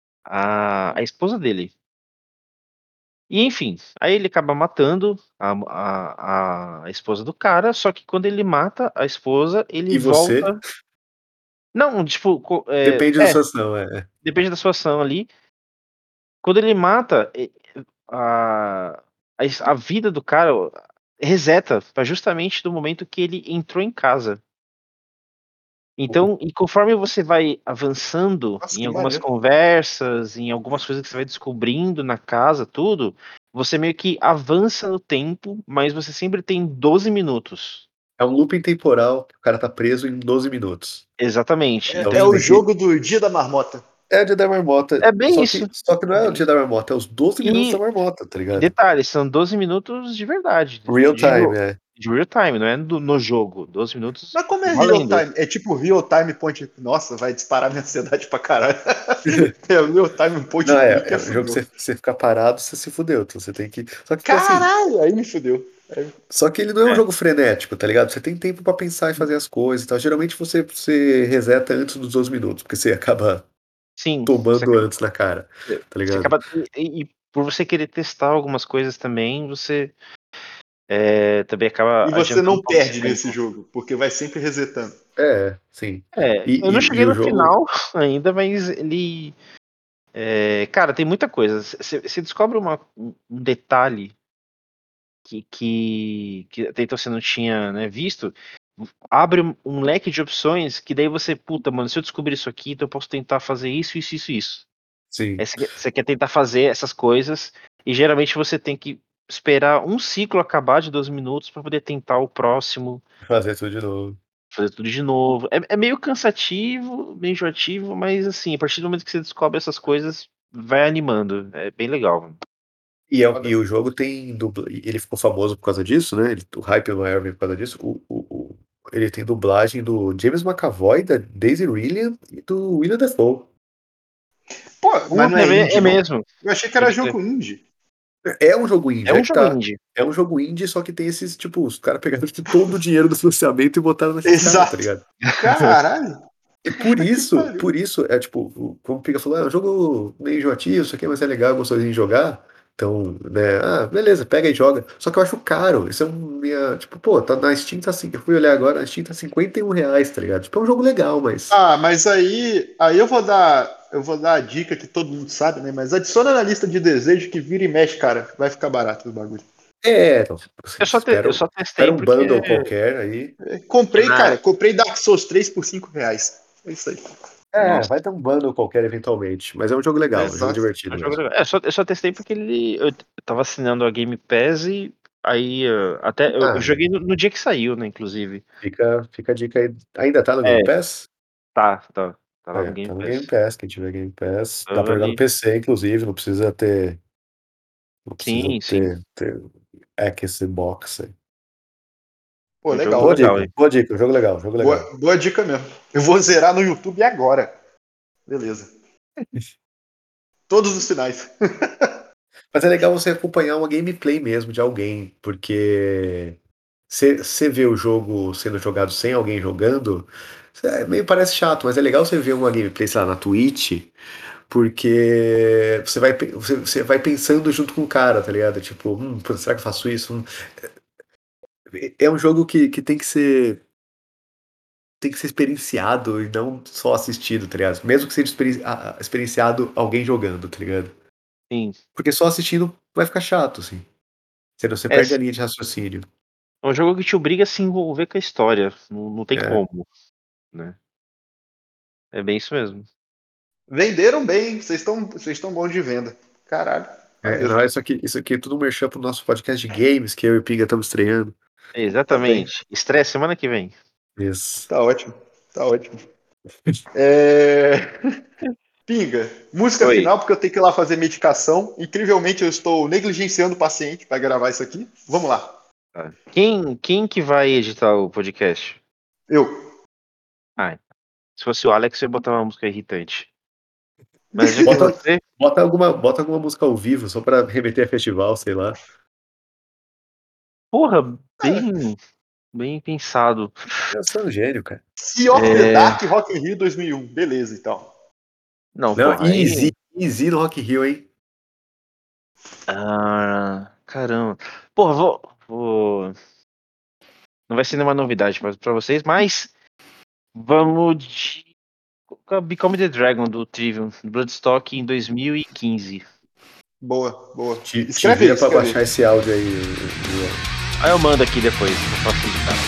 a esposa dele. E enfim, aí ele acaba matando a esposa do cara, só que quando ele mata a esposa, ele E você? volta. Não, tipo, Depende da sua ação, é. depende da sua ação ali. Quando ele mata, a, a vida do cara reseta pra justamente do momento que ele entrou em casa. Então, e conforme você vai avançando Nossa, em que algumas maneiro. conversas, em algumas coisas que você vai descobrindo na casa, tudo, você meio que avança no tempo, mas você sempre tem 12 minutos. É um looping temporal que o cara tá preso em 12 minutos. Exatamente. Então É você o tem que. jogo do Dia da Marmota. É o dia da marmota. É bem isso. Só que não É é o bem dia isso. da marmota, é os 12 minutos da E marmota, tá ligado? detalhe, são 12 minutos de verdade, Real de time, jogo. é. De real time, não é no jogo. 12 minutos Mas como é real valendo. time? É tipo real time point. Nossa, vai disparar minha ansiedade pra caralho. É o real time point Não, and click é é um jogo que fudeu. você ficar parado, você se fudeu. Então você tem que. Só que, tipo assim, Caralho, aí me fudeu. só que ele não é um É, jogo frenético, tá ligado? Você tem tempo pra pensar e fazer as coisas e tal. Geralmente você reseta antes dos 12 minutos, porque você acaba sim, tomando antes na cara, tá você ligado? acaba. E por você querer testar algumas coisas também, você também acaba E você adiantando não um pouco esse perde nesse tempo. jogo, porque vai sempre resetando. É, sim. Eu não E cheguei o no jogo, final ainda, mas ele. Cara, tem muita coisa. Você descobre um detalhe que até então você não tinha, né, visto, abre um leque de opções que daí você, puta, mano, se eu descobrir isso aqui, então eu posso tentar fazer isso, isso, isso, isso. sim, Aí você quer tentar fazer essas coisas, e geralmente você tem que esperar um ciclo acabar de 12 minutos para poder tentar o próximo, fazer tudo de novo. fazer tudo de novo. É meio cansativo, meio enjoativo, mas assim, a partir do momento que você descobre essas coisas, vai animando. É bem legal. E o jogo tem ele ficou famoso por causa disso, né? O hype maior veio por causa disso. Ele tem dublagem do James McAvoy, da Daisy Ridley e do William Dafoe. Pô, mas não é É indie, não? mesmo, Eu achei que era pode crer. jogo indie. É um jogo indie, É é um que jogo tá. indie. É um jogo indie, só que tem esses, tipo, os caras pegaram tipo, todo o dinheiro do financiamento e botaram nesses caras, tá Exato. ligado? Caralho. E Puta que pariu. por isso, é tipo, como o Pica falou, é um jogo meio enjoativo, isso aqui, mas é legal, gostosinho de jogar. Então, né, beleza, pega e joga. Só que eu acho caro. Isso é um minha, tipo, pô, tá na Steam, tá assim, eu fui olhar agora, na Steam tá R$ 51, tá ligado? Tipo, é um jogo legal, mas. Ah, mas aí eu vou dar a dica que todo mundo sabe, né? Mas adiciona na lista de desejo que vira e mexe, cara. Vai ficar barato o bagulho. Então, assim, Eu só testei espera um porque bundle qualquer aí. Comprei, na. cara. Comprei Dark Souls 3 por R$ 5. É isso aí. Nossa, Vai ter um bundle qualquer eventualmente, mas é um jogo legal, é um jogo Exato. é divertido um jogo mesmo. legal. Eu só testei porque eu tava assinando a Game Pass e aí até eu Ah, joguei no dia que saiu, né, inclusive. fica a dica aí. Ainda tá no Game É, Pass? tá lá no Game Tá no Game Pass. Pass. Quem tiver Game Pass, dá Tava pra jogar no ali. PC, inclusive, não precisa ter. Não precisa Sim, sim. ter Xbox aí. Pô, Um jogo Boa legal. legal, dica, hein? boa dica, um jogo legal, jogo legal. Boa dica mesmo. Eu vou zerar no YouTube agora. Beleza. Todos os finais. Mas é legal você acompanhar uma gameplay mesmo de alguém, porque você vê o jogo sendo jogado sem alguém jogando, meio parece chato, mas é legal você ver uma gameplay, sei lá, na Twitch, porque você vai pensando junto com o cara, tá ligado? Tipo, pô, será que eu faço isso? É um jogo que tem que ser experienciado e não só assistido, tá ligado? Mesmo que seja experienciado alguém jogando, tá ligado? Sim. Porque só assistindo vai ficar chato, assim. Você perde a linha de raciocínio. É um jogo que te obriga a se envolver com a história. Não tem como, né? É bem isso mesmo. Venderam bem, vocês estão bons de venda. Caralho. Não, isso aqui é tudo um merchan pro nosso podcast de games que eu e o Pinga estamos estreando. Exatamente. Estresse semana que vem. Isso. Tá ótimo. Pinga, música Oi. final, porque eu tenho que ir lá fazer medicação. Incrivelmente, eu estou negligenciando o paciente para gravar isso aqui. Vamos lá. Tá. Quem que vai editar o podcast? Eu. Se fosse o Alex, eu ia botar uma música irritante. Mas já que é você, Bota alguma música ao vivo, só pra remeter a festival, sei lá. porra, bem pensado. Eu sou um gênio, cara. Sea of the Dark Rock in Rio 2001. Beleza, então. Não, Não, porra, aí... easy no Rock in Rio, hein? Caramba. Porra, vou... Não vai ser nenhuma novidade pra vocês, mas... Vamos de... Become the Dragon, do Trivium. Bloodstock em 2015. Boa. Te Escreve vira aí, pra escreve. baixar esse áudio aí, Luan. Aí eu mando aqui depois, eu posso editar.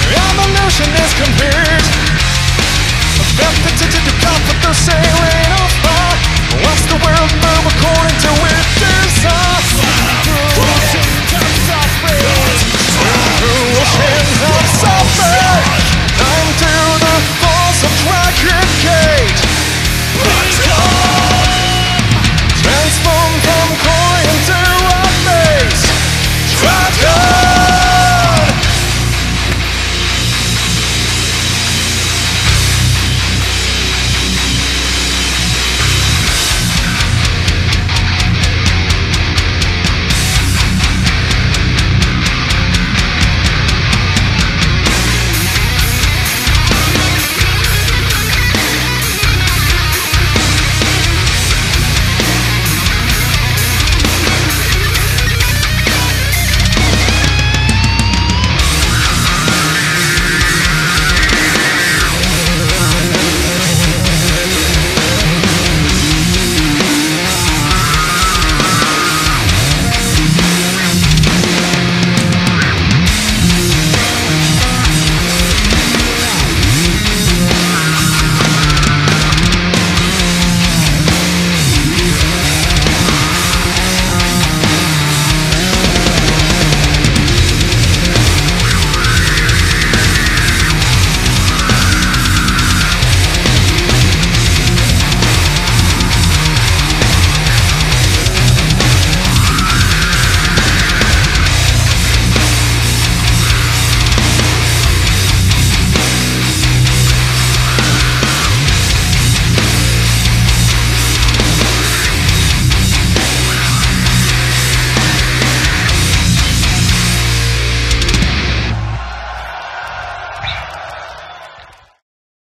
Evolution is complete. Left the comfort the sailing